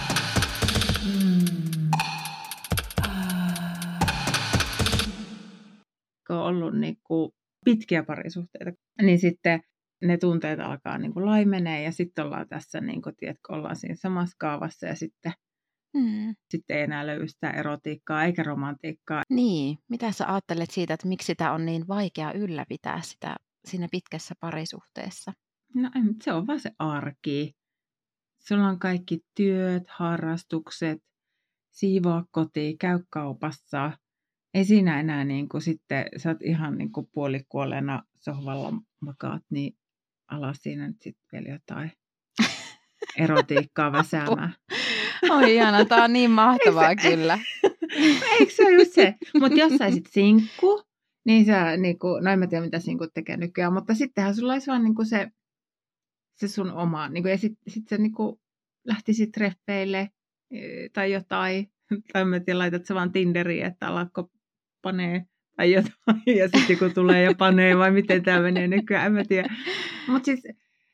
Speaker 1: Kun on ollut niin kuin pitkiä parisuhteita, niin sitten ne tunteet alkaa niin kuin laimenee ja sitten ollaan tässä, niin kuin, tiedätkö, ollaan siinä samassa kaavassa ja sitten,
Speaker 3: Hmm.
Speaker 1: sitten ei enää löydy sitä erotiikkaa eikä romantiikkaa.
Speaker 3: Niin, mitä sä ajattelet siitä, että miksi sitä on niin vaikea ylläpitää sitä siinä pitkässä parisuhteessa?
Speaker 1: No ei, se on vaan se arki. Sulla on kaikki työt, harrastukset, siivoa kotiin, käy kaupassa. Ei siinä enää niin kuin sitten, sä oot ihan niin kuin puolikuolleena sohvalla makaat, niin ala siinä nyt sitten vielä jotain erotiikkaa väsäämään.
Speaker 3: Oi ihana, tää on niin mahtavaa
Speaker 1: Eikö se-
Speaker 3: kyllä.
Speaker 1: Eikö se ole just se? Mutta jos sä olisit sinkku, niin sä, niinku, no en mä tiedä mitä sinkut tekee nykyään, mutta sittenhän sulla olisi vaan niinku se, se sun oma, niinku, ja sitten sit sä niinku lähtisit treffeille eh, tai jotain, tai mä tiedän, laitat sä vaan Tinderiin, että alakko panee tai jotain, ja sitten kun tulee ja panee, vai miten tämä menee nykyään, en mä tiedä. Mutta siis,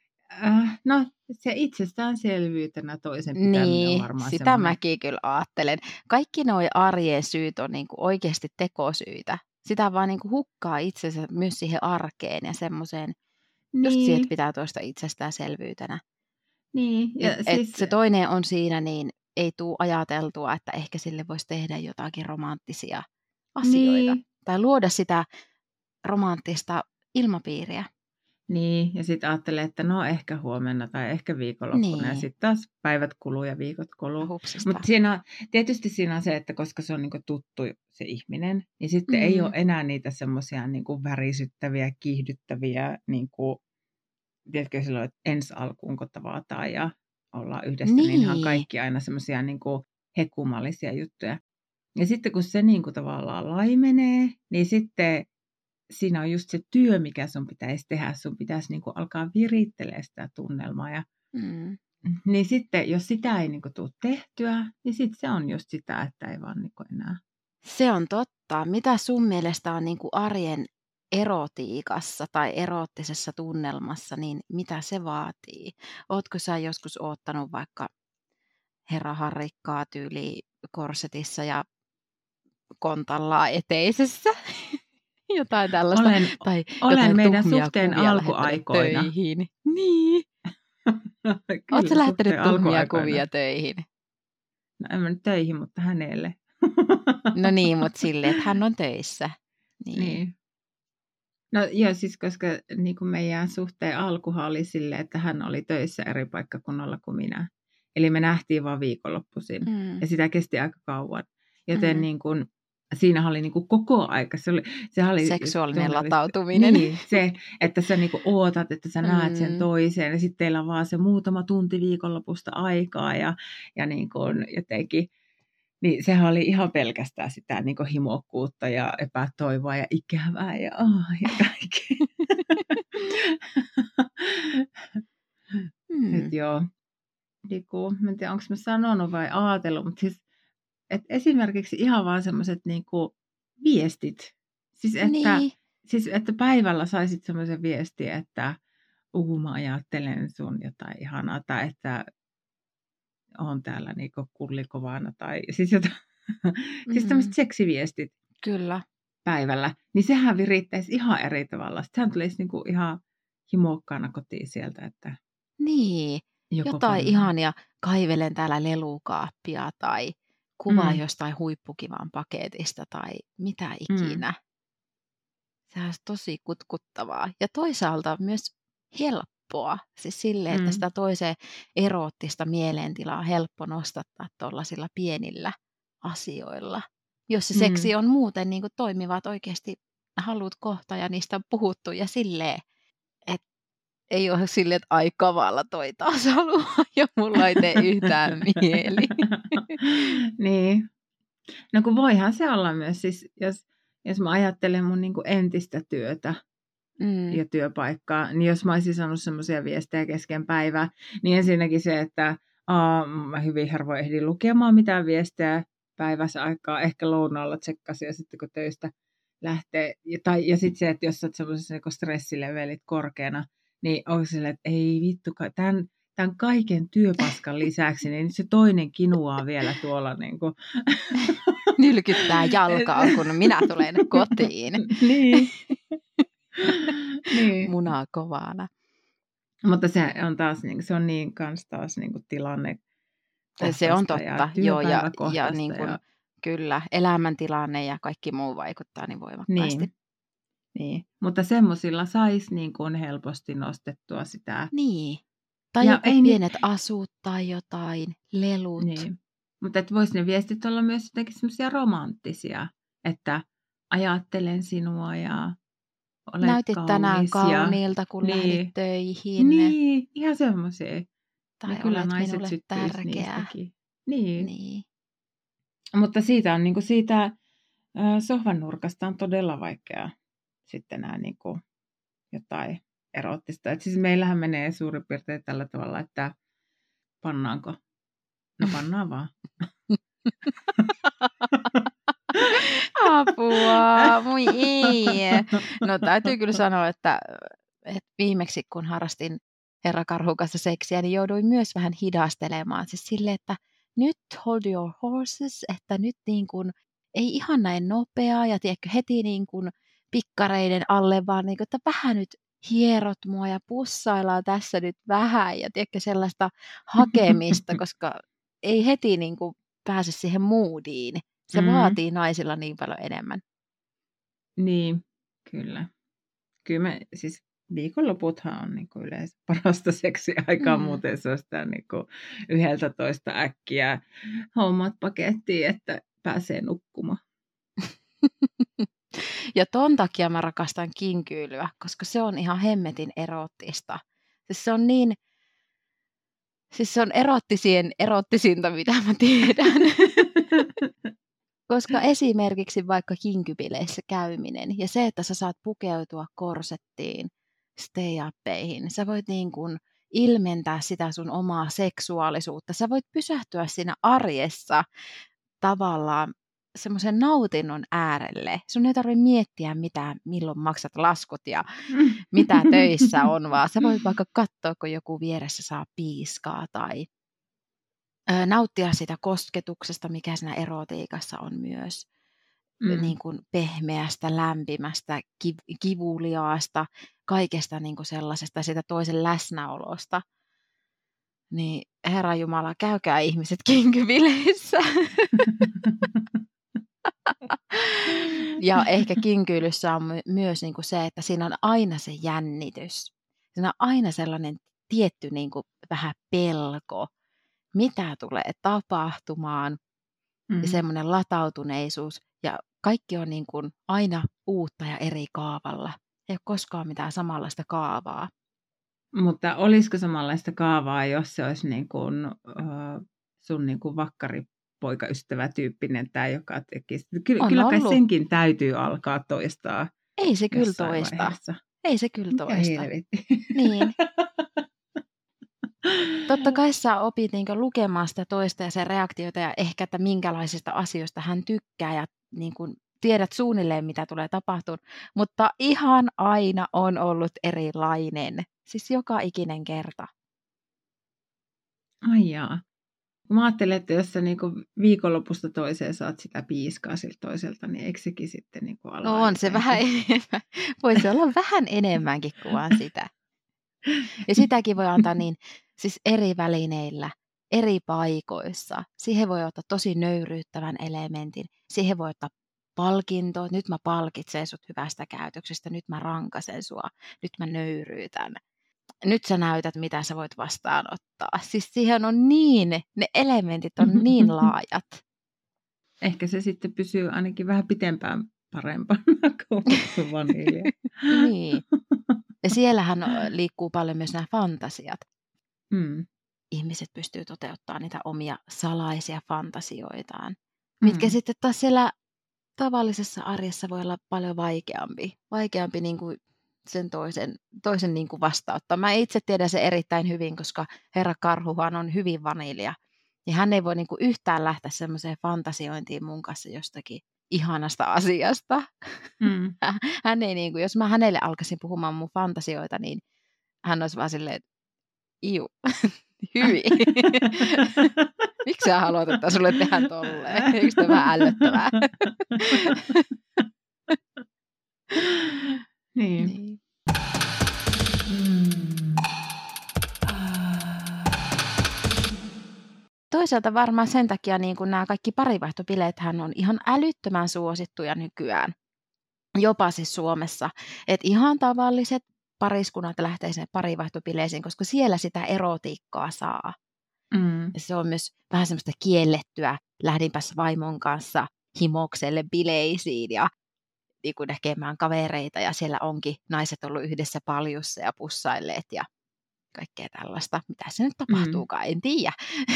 Speaker 1: äh, no se itsestäänselvyytenä toisen pitäminen
Speaker 3: Niin,
Speaker 1: on varmaan
Speaker 3: sitä
Speaker 1: semmoinen.
Speaker 3: mäkin kyllä ajattelen. Kaikki nuo arjen syyt on niinku oikeasti tekosyitä. Sitä vaan niinku hukkaa itsensä myös siihen arkeen ja semmoiseen, just siihen, että
Speaker 1: Niin,
Speaker 3: pitää toista itsestäänselvyytenä.
Speaker 1: niin, ja
Speaker 3: Et, et
Speaker 1: siis,
Speaker 3: se toinen on siinä, niin ei tule ajateltua, että ehkä sille voisi tehdä jotakin romanttisia asioita.
Speaker 1: niin,
Speaker 3: Tai luoda sitä romanttista ilmapiiriä.
Speaker 1: niin, ja sitten ajattelee, että no ehkä huomenna tai ehkä viikonloppuna, ja
Speaker 3: Niin,
Speaker 1: sitten taas päivät kuluu ja viikot kuluu.
Speaker 3: hupsista.
Speaker 1: Mutta siinä, tietysti siinä on se, että koska se on niinku tuttu se ihminen, niin sitten ei ole
Speaker 3: Mm,
Speaker 1: enää niitä semmoisia niinku värisyttäviä, kiihdyttäviä, niinku, tiedätkö silloin, että ensi alkuun kun tavataan ja ollaan yhdessä, niin ihan
Speaker 3: niin,
Speaker 1: kaikki aina semmoisia niinku hekumallisia juttuja. Ja sitten kun se niinku tavallaan laimenee, niin sitten siinä on just se työ, mikä sun pitäisi tehdä. Sun pitäisi niinku alkaa virittelemään sitä tunnelmaa. Ja,
Speaker 3: mm.
Speaker 1: niin sitten, jos sitä ei niinku tule tehtyä, niin sitten se on just sitä, että ei vaan niinku enää.
Speaker 3: Se on totta. Mitä sun mielestä on niin kuin arjen erotiikassa tai eroottisessa tunnelmassa, niin mitä se vaatii? Ootko sä joskus oottanut vaikka herra Harrikkaa tyyli korsetissa ja kontallaan eteisessä? Jotain tällaista.
Speaker 1: Olen,
Speaker 3: Tai
Speaker 1: olen
Speaker 3: jotain
Speaker 1: meidän
Speaker 3: tuhmia
Speaker 1: suhteen
Speaker 3: kuvia lähettänyt
Speaker 1: alkuaikoina.
Speaker 3: töihin. Niin. Oletko
Speaker 1: Kyllä,
Speaker 3: lähettänyt
Speaker 1: suhteen
Speaker 3: tuhmia
Speaker 1: alkuaikoina.
Speaker 3: kuvia töihin?
Speaker 1: No en mä nyt töihin, mutta hänelle.
Speaker 3: No niin, mutta silleen, että hän on töissä. Niin.
Speaker 1: Niin. No joo, siis koska niin kuin meidän suhteen alkuhan oli silleen, että hän oli töissä eri paikkakunnalla kuin minä. Eli me nähtiin vaan viikonloppuisin.
Speaker 3: Mm.
Speaker 1: Ja sitä kesti aika kauan. Joten
Speaker 3: Mm.
Speaker 1: niin kuin, siinä oli niin kuin koko aika. Se oli, se oli,
Speaker 3: Seksuaalinen
Speaker 1: se oli-
Speaker 3: latautuminen.
Speaker 1: Niin, se, että sä niin kuin ootat, että sä näet sen
Speaker 3: Mm.
Speaker 1: toiseen. Ja sitten teillä on vaan se muutama tunti viikonlopusta aikaa. Ja, ja niin kuin jotenkin... Niin sehän oli ihan pelkästään sitä niin kuin himokkuutta ja epätoivoa ja ikävää ja, oh, ja kaikkea.
Speaker 3: Mm.
Speaker 1: Et joo, niin kuin, mä en tiedä, onko mä sanonut vai ajatellut, mutta siis, et esimerkiksi ihan vaan semmoiset niin kuin viestit. Siis että,
Speaker 3: Niin.
Speaker 1: siis, että päivällä saisit semmoisen viestin, että uu, mä ajattelen sun jotain ihanaa, tai että on täällä niinku kullikovana, tai siis jotain, siis
Speaker 3: Mm.
Speaker 1: tämmöiset seksiviestit
Speaker 3: Kyllä.
Speaker 1: päivällä, niin sehän virittäisi ihan eri tavalla. Sitten hän tulisi niinku ihan himokkaana kotiin sieltä, että
Speaker 3: Niin.
Speaker 1: joko
Speaker 3: Jotain
Speaker 1: pannaan.
Speaker 3: ihania, kaivelen täällä lelukaappia tai kuvaa
Speaker 1: Mm.
Speaker 3: jostain huippukivan paketista tai mitä
Speaker 1: Mm.
Speaker 3: ikinä. Se olisi tosi kutkuttavaa. Ja toisaalta myös helppoa. Siis silleen, että
Speaker 1: Mm.
Speaker 3: sitä toiseen eroottista mielentilaa on helppo nostattaa tuollaisilla pienillä asioilla. Jos se
Speaker 1: Mm.
Speaker 3: seksi on muuten niin kuin toimiva, että oikeasti haluat kohta ja niistä on puhuttu ja silleen, että ei ole silleen, että ai kavalla toi taas haluaa ja mulla ei tee yhtään mieli.
Speaker 1: Niin. No kun voihan se olla myös, siis jos, jos mä ajattelen mun niinku entistä työtä
Speaker 3: Mm.
Speaker 1: ja työpaikkaa, niin jos mä olisin saanut semmoisia viestejä kesken päivää, niin ensinnäkin se, että aa, mä hyvin harvoin ehdin lukemaan mitään viestejä päivässä aikaa, ehkä lounaalla tsekkasin ja sitten kun töistä lähtee, ja, tai, ja sitten se, että jos olet semmoisessa niin stressilevelit korkeana, niin on silleen, että ei vittu, tämän, tämän kaiken työpaskan lisäksi, niin se toinen kinuaa vielä tuolla niin kuin.
Speaker 3: Nylkyttää jalkaa, kun minä tulen kotiin.
Speaker 1: Niin. Niin.
Speaker 3: Munaa kovana.
Speaker 1: Mutta se on taas niin, se on niin kans taas niin kuin tilanne.
Speaker 3: Se on totta, joo, ja, ja
Speaker 1: työpäiväkohtaista
Speaker 3: niin kuin,
Speaker 1: ja-
Speaker 3: kyllä, elämäntilanne ja kaikki muu vaikuttaa niin voimakkaasti.
Speaker 1: Niin. Niin. Mutta semmoisilla saisi niin kuin helposti nostettua sitä.
Speaker 3: Niin. Tai
Speaker 1: Ja
Speaker 3: joku
Speaker 1: ei ni-
Speaker 3: pienet asut tai jotain, lelut.
Speaker 1: Niin. Mutta et vois ne viestit olla myös jotenkin semmoisia romanttisia, että ajattelen sinua ja olet
Speaker 3: Näytit tänään
Speaker 1: kaunis ja-
Speaker 3: kauniilta, kun
Speaker 1: Niin.
Speaker 3: lähdit töihin.
Speaker 1: Niin, ihan semmoisia.
Speaker 3: Tai
Speaker 1: Ja kyllä
Speaker 3: olet
Speaker 1: naiset
Speaker 3: minulle
Speaker 1: syttyisi
Speaker 3: tärkeä.
Speaker 1: niistäkin. Niin.
Speaker 3: Niin.
Speaker 1: Mutta siitä on niin kuin siitä äh, sohvan nurkasta on todella vaikea sitten nämä niin kuin jotain eroottista. Et siis meillähän menee suurin piirtein tällä tavalla, että pannaanko? No pannaan vaan.
Speaker 3: Apua, moi ei. No täytyy kyllä sanoa, että, että viimeksi kun harrastin herra karhun kanssa seksiä, niin jouduin myös vähän hidastelemaan. Siis silleen, että nyt hold your horses, että nyt niin kuin, ei ihan näin nopeaa ja tiedätkö, heti niin kuin pikkareiden alle, vaan niin kuin, että vähän nyt hierot mua ja pussaillaan tässä nyt vähän ja tiedätkö, sellaista hakemista, koska ei heti niin kuin pääse siihen moodiin. Se mm. vaatii naisilla niin paljon enemmän.
Speaker 1: Niin, kyllä. Kyllä me, siis viikonloputhan on niin kuin yleensä parasta seksiaikaa, mm. muuten se on sitä niin kuin yhdeltä toista äkkiä hommat pakettiin, että pääsee nukkumaan.
Speaker 3: Ja ton takia mä rakastan kinkyilyä, koska se on ihan hemmetin eroottista. Siis se on niin, siis se on eroottisien erottisinta, mitä mä tiedän. Koska esimerkiksi vaikka kinkybileissä käyminen ja se, että sä saat pukeutua korsettiin, stay-uppeihin, sä voit niin kuin ilmentää sitä sun omaa seksuaalisuutta. Sä voit pysähtyä siinä arjessa tavallaan semmoisen nautinnon äärelle. Sun ei tarvitse miettiä, mitä, milloin maksat laskut ja mitä töissä on, vaan sä voit vaikka katsoa, kun joku vieressä saa piiskaa tai ö, nauttia sitä kosketuksesta, mikä siinä erotiikassa on myös mm. niin kuin pehmeästä, lämpimästä, kiv- kivuliaasta, kaikesta niin kuin sellaisesta, sitä toisen läsnäolosta. Niin Herra Jumala, käykää ihmiset kinkybileissä. Ja ehkä kinkyilyssä on my- myös niinku se, että siinä on aina se jännitys. Siinä on aina sellainen tietty niinku vähän pelko, mitä tulee tapahtumaan, mm-hmm. ja semmoinen latautuneisuus. Ja kaikki on niinku aina uutta ja eri kaavalla. Ei ole koskaan mitään samanlaista kaavaa.
Speaker 1: Mutta olisiko samanlaista kaavaa, jos se olisi niin kuin, uh, sun niin kuin vakkaripoikaystävätyyppinen tämä, joka tekisi? Ky- kyllä kai senkin täytyy alkaa toistaa.
Speaker 3: Ei se kyllä toista. Vaiheessa. Ei se kyllä
Speaker 1: Mikä
Speaker 3: toista.
Speaker 1: Helvetti.
Speaker 3: Niin. Totta kai sä opit niin kuin lukemaan sitä toista ja sen reaktioita ja ehkä, että minkälaisista asioista hän tykkää ja niin kuin tiedät suunnilleen, mitä tulee tapahtumaan. Mutta ihan aina on ollut erilainen. Siis joka ikinen kerta.
Speaker 1: Ai jaa. Mä ajattelen, että jos sä niinku viikonlopusta toiseen saat sitä piiskaa siltä toiselta, niin eikö sekin sitten niinku ala?
Speaker 3: No on se vähän enemmän. Voisi olla vähän enemmänkin kuin vaan sitä. Ja sitäkin voi antaa niin, siis eri välineillä, eri paikoissa. Siihen voi ottaa tosi nöyryyttävän elementin. Siihen voi ottaa palkinto. Nyt mä palkitsen sut hyvästä käytöksestä. Nyt mä rankasen sua. Nyt mä nöyryytän. Nyt sä näytät, mitä sä voit vastaanottaa. Siis siihen on niin, ne elementit on niin laajat.
Speaker 1: Ehkä se sitten pysyy ainakin vähän pitempään parempana kuin vanilja.
Speaker 3: Niin. Ja siellähän liikkuu paljon myös nämä fantasiat. Mm. Ihmiset pystyy toteuttamaan niitä omia salaisia fantasioitaan, mitkä mm. sitten taas siellä tavallisessa arjessa voi olla paljon vaikeampi. Vaikeampi niin kuin sen toisen, toisen niin kuin vastauttaa. Mä itse tiedän se erittäin hyvin, koska herra Karhuhan on hyvin vanilja. Ja hän ei voi niin kuin yhtään lähteä semmoiseen fantasiointiin mun kanssa jostakin ihanasta asiasta. Mm. Hän ei niin kuin, jos mä hänelle alkaisin puhumaan mun fantasioita, niin hän olisi vaan silleen, että iu, hyvin. Miksi sä haluat, että sulle tehdään tolleen? Eikö tämä vähän ällöttävää?
Speaker 1: Niin. niin. Mm.
Speaker 3: Toisaalta varmaan sen takia niin kun nämä kaikki parivaihtobileethän on ihan älyttömän suosittuja nykyään. Jopa siis Suomessa. Että ihan tavalliset pariskunnat lähtee sinne parivaihtobileisiin, koska siellä sitä erotiikkaa saa. Mm. Ja se on myös vähän semmoista kiellettyä. Lähdinpäs vaimon kanssa himokselle bileisiin ja niin kuin näkemään kavereita ja siellä onkin naiset ollut yhdessä paljussa ja pussailleet ja kaikkea tällaista. Mitä se nyt tapahtuukaan, mm. en tiedä.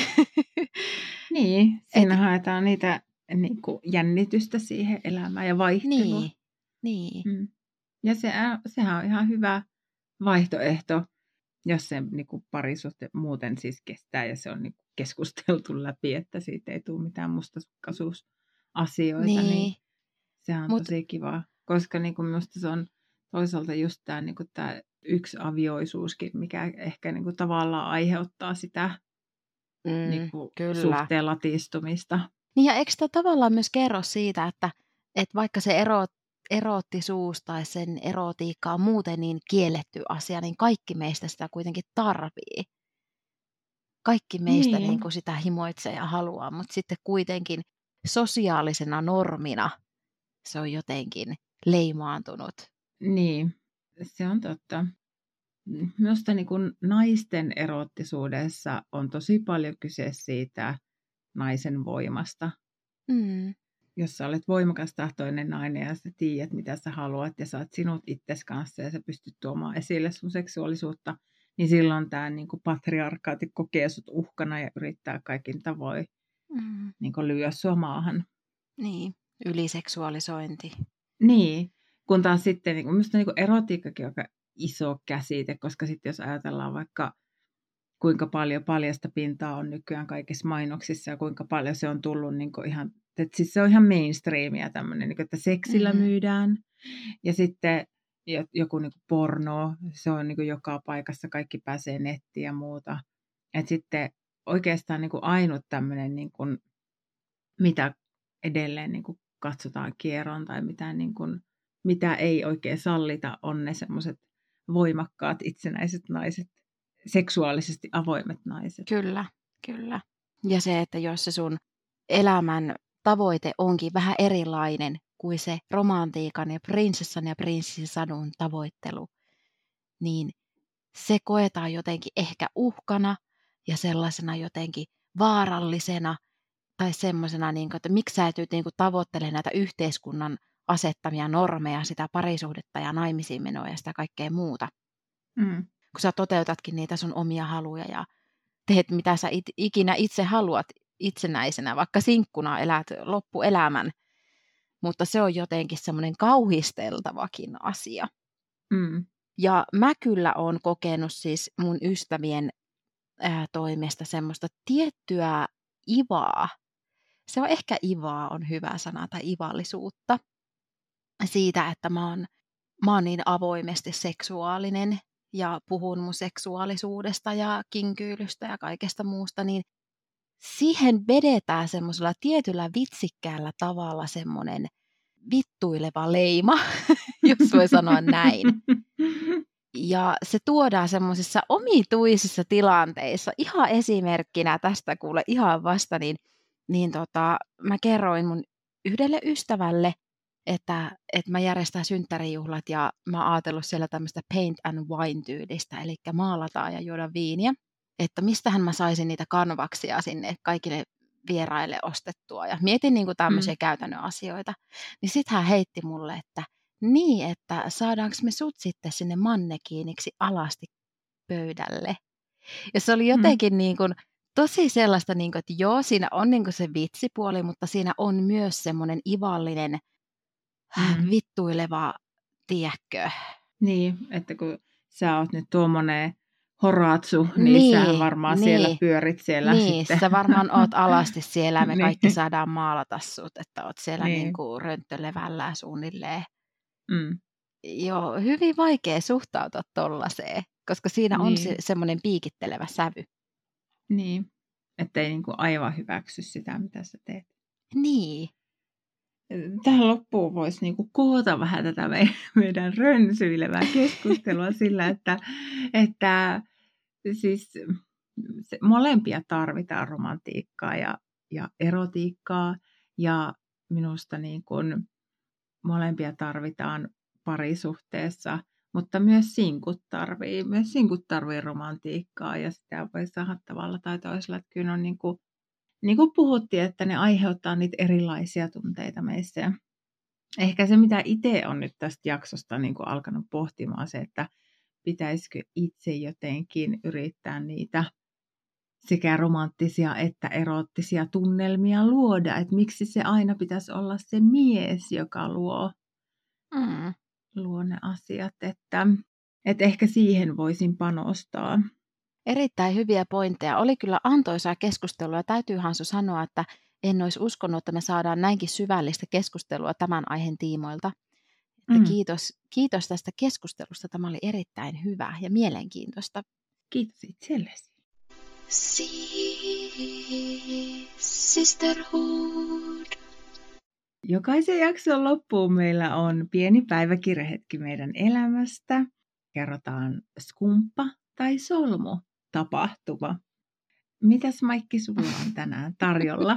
Speaker 1: Niin, siinä Et... haetaan niitä niin kuin jännitystä siihen elämään ja vaihtelua.
Speaker 3: Niin, niin.
Speaker 1: Mm. Ja se, sehän on ihan hyvä vaihtoehto jos se niin kuin parisuhte muuten siis kestää ja se on niin kuin keskusteltu läpi, että siitä ei tule mitään mustasukkaisuusasioita, niin,
Speaker 3: Niin,
Speaker 1: sehän on
Speaker 3: mut
Speaker 1: tosi kivaa. Koska niin kuin minusta se on toisaalta just tämä, niin kuin tämä yksi avioisuuskin, mikä ehkä niin kuin tavallaan aiheuttaa sitä niin
Speaker 3: mm,
Speaker 1: kuin
Speaker 3: kyllä.
Speaker 1: suhteen latistumista.
Speaker 3: Niin ja eikö tämä tavallaan myös kerro siitä, että, että vaikka se ero, eroottisuus tai sen erotiikka on muuten niin kielletty asia, niin kaikki meistä sitä kuitenkin tarvii. Kaikki meistä
Speaker 1: Niin.
Speaker 3: niin kuin sitä himoitsee ja haluaa, mutta sitten kuitenkin sosiaalisena normina se on jotenkin leimaantunut.
Speaker 1: Niin, se on totta. Minusta niin kuin naisten eroottisuudessa on tosi paljon kyse siitä naisen voimasta.
Speaker 3: Mm.
Speaker 1: Jos sä olet voimakas tahtoinen nainen ja sä tiedät, mitä sä haluat ja sä oot sinut itses kanssa ja sä pystyt tuomaan esille sun seksuaalisuutta, niin silloin tämä niin kuin patriarkaatti kokee sut uhkana ja yrittää kaikin tavoin
Speaker 3: Mm.
Speaker 1: niin kuin lyödä sua maahan.
Speaker 3: Niin, yliseksuaalisointi.
Speaker 1: Niin, kun taas sitten niin kuin, minusta niin kuin erotiikkakin on aika iso käsite, koska sitten jos ajatellaan vaikka kuinka paljon paljasta pintaa on nykyään kaikissa mainoksissa ja kuinka paljon se on tullut niin kuin ihan, että siis se on ihan mainstreamia tämmöinen, niin kuin, että seksillä
Speaker 3: Mm-hmm.
Speaker 1: myydään ja sitten joku niin kuin porno, se on niin kuin joka paikassa, kaikki pääsee nettiin ja muuta. Että sitten oikeastaan niin kuin ainut tämmöinen, niin kuin, mitä edelleen niin kuin katsotaan kieroon tai mitä, niin kuin, mitä ei oikein sallita, on ne semmoiset voimakkaat itsenäiset naiset, seksuaalisesti avoimet naiset.
Speaker 3: Kyllä, kyllä. Ja se, että jos se sun elämän tavoite onkin vähän erilainen kuin se romantiikan ja prinsessan ja prinssisadun tavoittelu, niin se koetaan jotenkin ehkä uhkana ja sellaisena jotenkin vaarallisena tai semmoisena, niin että miksi sä et niin tavoittele näitä yhteiskunnan asettamia normeja, sitä parisuhdetta ja naimisiin menoa ja sitä kaikkea muuta.
Speaker 1: Mm.
Speaker 3: Kun sä toteutatkin niitä sun omia haluja ja teet mitä sä it, ikinä itse haluat itsenäisenä, vaikka sinkkuna elät loppuelämän, mutta se on jotenkin semmoinen kauhisteltavakin asia.
Speaker 1: Mm.
Speaker 3: Ja mä kyllä oon kokenut siis mun ystävien ää, toimesta semmoista tiettyä ivaa. Se on ehkä ivaa, on hyvä sana, tai ivallisuutta siitä, että mä oon, mä oon niin avoimesti seksuaalinen ja puhun mun seksuaalisuudesta ja kinkyylystä ja kaikesta muusta, niin siihen vedetään semmoisella tietyllä vitsikkäällä tavalla semmoinen vittuileva leima, jos voi sanoa näin. Ja se tuodaan semmoisissa omituisissa tilanteissa. Ihan esimerkkinä tästä kuule ihan vasta, niin, niin tota, mä kerroin mun yhdelle ystävälle, että, että mä järjestän synttärijuhlat ja mä oon ajatellut siellä tämmöistä paint and wine tyylistä, eli maalataan ja juoda viiniä, että mistähän mä saisin niitä kanvaksia sinne kaikille vieraille ostettua ja mietin niin kuin tämmöisiä mm. käytännön asioita. Niin sit hän heitti mulle, että niin, että saadaanko me sut sitten sinne mannekiiniksi alasti pöydälle. Ja se oli jotenkin mm. niin kuin tosi sellaista, niin kuin, että joo, siinä on niin kuin se vitsipuoli, mutta siinä on myös semmoinen ivallinen mm. vittuileva, tiedätkö.
Speaker 1: Niin, että kun sä oot nyt tuommoinen Horatsu, niin, niin sä varmaan niin, siellä pyörit siellä
Speaker 3: niin,
Speaker 1: sitten.
Speaker 3: sä varmaan oot alasti siellä ja me
Speaker 1: niin.
Speaker 3: kaikki saadaan maalata sut, että oot siellä
Speaker 1: niin.
Speaker 3: niin kuin rönttölevällä suunnilleen.
Speaker 1: Mm.
Speaker 3: Joo, hyvin vaikea suhtautua tollaiseen, koska siinä
Speaker 1: niin.
Speaker 3: on se, semmoinen piikittelevä sävy.
Speaker 1: Niin, ettei niin kuin aivan hyväksy sitä, mitä sä teet.
Speaker 3: Niin.
Speaker 1: Tähän loppuun voisi niin kuin koota vähän tätä meidän rönsyilevää keskustelua sillä, että, että siis se, molempia tarvitaan, romantiikkaa ja, ja erotiikkaa, ja minusta niin kuin molempia tarvitaan parisuhteessa, mutta myös sinkut tarvii, myös sinkut tarvii romantiikkaa, ja sitä voi saada tavalla tai toisella, että kyllä on niin kuin Niin kuin puhuttiin, että ne aiheuttaa niitä erilaisia tunteita meissä. Ja ehkä se, mitä itse on nyt tästä jaksosta niin kuin alkanut pohtimaan, se, että pitäisikö itse jotenkin yrittää niitä sekä romanttisia että eroottisia tunnelmia luoda. Että miksi se aina pitäisi olla se mies, joka luo,
Speaker 3: mm.
Speaker 1: luo ne asiat. Että Että ehkä siihen voisin panostaa.
Speaker 3: Erittäin hyviä pointteja. Oli kyllä antoisaa keskustelua ja täytyy Hansu sanoa, että en olisi uskonut, että me saadaan näinkin syvällistä keskustelua tämän aiheen tiimoilta. Että
Speaker 1: Mm.
Speaker 3: kiitos, kiitos tästä keskustelusta. Tämä oli erittäin hyvä ja mielenkiintoista.
Speaker 1: Kiitos itsellesi.
Speaker 2: Sisterhood.
Speaker 1: Jokaisen jakson loppuun meillä on pieni päiväkirjahetki meidän elämästä. Kerrotaan skumppa tai solmu tapahtuma. Mitäs Maikki sulla on tänään tarjolla?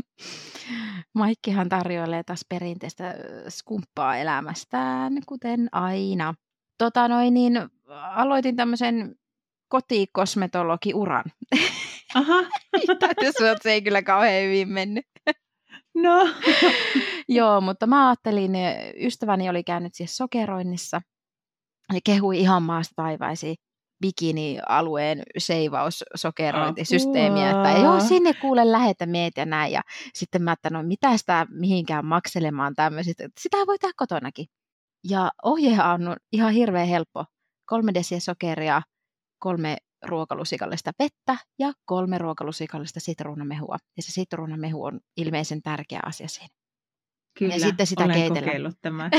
Speaker 3: Maikkihan tarjoilee taas perinteistä skumppaa elämästään, kuten aina. Tota noin, niin aloitin tämmöisen kotikosmetologi-uran.
Speaker 1: Aha.
Speaker 3: Täytyy sanoa, että se ei kyllä kauhean hyvin mennyt.
Speaker 1: No.
Speaker 3: Joo, mutta mä ajattelin, ystäväni oli käynyt siis sokeroinnissa ja kehui ihan maasta taivaisiin bikini-alueen sheivaussokerointisysteemiä, että joo, sinne kuule lähetä meitä näin. Ja sitten mä että no mitä sitä mihinkään makselemaan tämmöisistä, sitä voi tehdä kotonakin. Ja ohjehan on ihan hirveän helppo. Kolme desiä sokeria, kolme ruokalusikallista vettä ja kolme ruokalusikallista sitruunamehua. Ja se sitruunamehu on ilmeisen tärkeä asia siinä.
Speaker 1: Kyllä,
Speaker 3: ja sitten sitä
Speaker 1: olen
Speaker 3: keitellään.
Speaker 1: kokeillut tämän.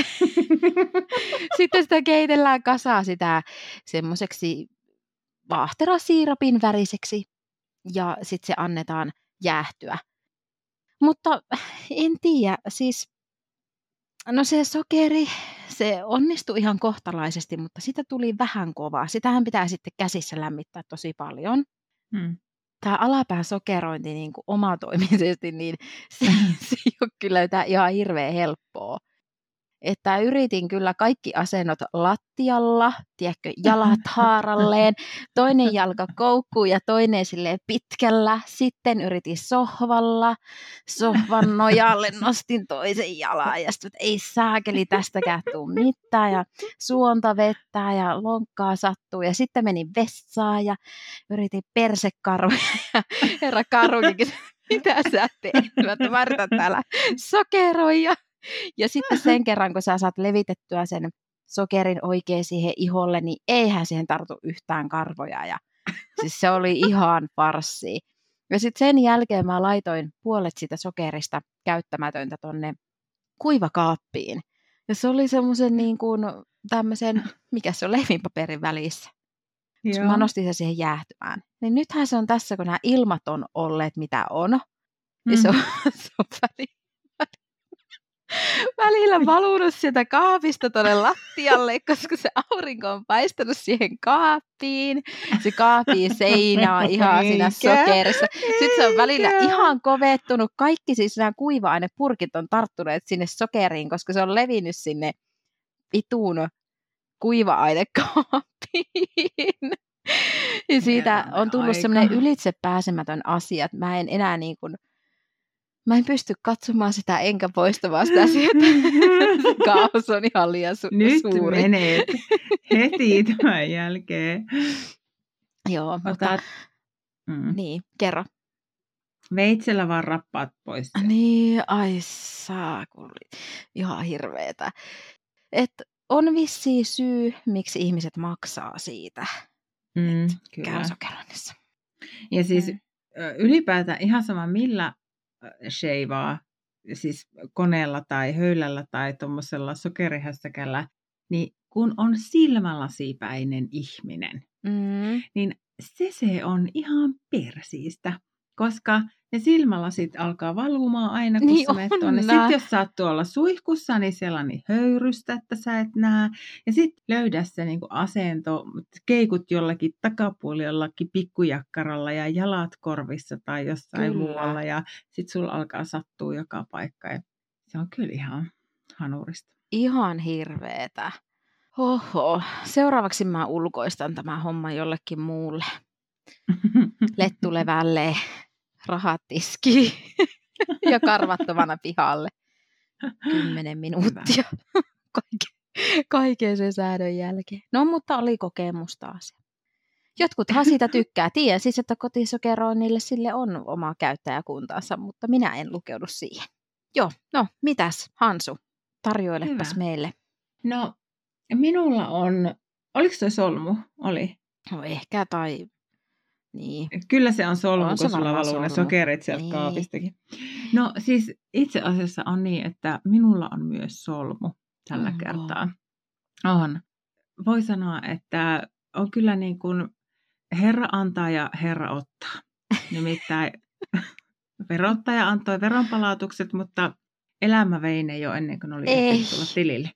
Speaker 3: Sitten sitä keitellään kasaa sitä semmoiseksi vaahterasiirapin väriseksi ja sitten se annetaan jäähtyä. Mutta en tiedä, siis no se sokeri, se onnistui ihan kohtalaisesti, mutta sitä tuli vähän kovaa. Sitähän pitää sitten käsissä lämmittää tosi paljon.
Speaker 1: Hmm.
Speaker 3: Tämä alapään sokerointi niin kuin omatoimisesti, niin se, se ei ole kyllä ihan hirveän helppoa. Että yritin kyllä kaikki asennot lattialla, tiedätkö, jalat haaralleen, toinen jalka koukkuun ja toinen silleen pitkällä. Sitten yritin sohvalla, sohvan nojalle nostin toisen jalan ja sitten ei saakeli tästäkään tule mitään ja suonta vettää ja lonkkaa sattuu. Ja sitten menin vessaan ja yritin persekaruja ja herra Karukin, mitä sä teet? Mä yritän täällä sokeroja. Ja sitten sen kerran, kun sä saat levitettyä sen sokerin oikein siihen iholle, niin eihän siihen tartu yhtään karvoja. Ja siis se oli ihan farssi. Ja sitten sen jälkeen mä laitoin puolet sitä sokerista käyttämätöntä tonne kuivakaappiin. Ja se oli semmoisen niin kuin tämmöisen, mikä se on, lehvinpaperin välissä. Joo. Mä nostin sen siihen jäähtymään. Niin nythän se on tässä, kun nämä ilmat on olleet mitä on. Mm. Niin se on, se on väliin. Välillä valunut sieltä kaapista tuonne lattialle, koska se aurinko on paistanut siihen kaappiin. Se kaapin seinä on ihan siinä sokerissa. Sitten se on välillä ihan kovettunut. Kaikki siis nämä kuiva-ainepurkit on tarttuneet sinne sokeriin, koska se on levinnyt sinne vituun kuiva-ainekaappiin. Ja siitä on tullut semmoinen ylitsepääsemätön asia, että mä en enää niin kuin Mä en pysty katsomaan sitä enkä poistamaan sitä sieltä. Se kaos on ihan liian su-
Speaker 1: Nyt
Speaker 3: suuri.
Speaker 1: Nyt menet heti tämän jälkeen.
Speaker 3: Joo,
Speaker 1: Otat...
Speaker 3: mutta
Speaker 1: mm.
Speaker 3: niin, kerro.
Speaker 1: Veitsellä vaan rappaat pois.
Speaker 3: Niin, ai saakuli. Ihan hirveetä. Et on vissiin syy, miksi ihmiset maksaa siitä,
Speaker 1: mm,
Speaker 3: että
Speaker 1: kyllä.
Speaker 3: käy sokeroinnissa.
Speaker 1: Ja siis mm. ylipäätään ihan sama millä sheivaa, siis koneella tai höylällä tai tuommoisella sokerihässäkällä, niin kun on silmälasipäinen ihminen,
Speaker 3: mm.
Speaker 1: niin se se on ihan persiistä, koska ne silmälasit alkaa valumaan aina, kun
Speaker 3: niin
Speaker 1: sä menet tuonne. Sitten jos sä oot tuolla suihkussa, niin siellä on niin höyrystä, että sä et näe. Ja sitten löydä se niin kuin asento, keikut jollakin takapuoli jollakin pikkujakkaralla ja jalat korvissa tai jossain kyllä. muualla. Ja sitten sulla alkaa sattua joka paikka. Ja se on kyllä ihan hanurista.
Speaker 3: Ihan hirveetä. Oho. Seuraavaksi mä ulkoistan tämän homman jollekin muulle. Lettu levälleen. Rahat tiskiin ja karvattomana pihalle. Kymmenen minuuttia Kaike, kaiken sen säädön jälkeen. No, mutta oli kokemus taas. Jotkuthan siitä tykkää. Tiedän siis, että kotisokeroinnille sille on oma käyttäjäkuntansa, mutta minä en lukeudu siihen. Joo, no mitäs Hansu? Tarjoilepas Hyvä. meille.
Speaker 1: No, minulla on Oliko se solmu? Oli.
Speaker 3: No ehkä tai... Niin.
Speaker 1: Kyllä se on solmu,
Speaker 3: On
Speaker 1: kun
Speaker 3: se
Speaker 1: sulla
Speaker 3: varmaan
Speaker 1: valuu ne
Speaker 3: solmu.
Speaker 1: sokerit sieltä
Speaker 3: Niin.
Speaker 1: kaapistakin. No siis itse asiassa on niin, että minulla on myös solmu tällä
Speaker 3: Onko?
Speaker 1: kertaa. On. Voi sanoa, että on kyllä niin kuin Herra antaa ja Herra ottaa. Nimittäin verottaja antoi veronpalautukset, mutta elämä vei ne jo ennen kuin ne oli
Speaker 3: Ei.
Speaker 1: ehtinyt tulla tilille.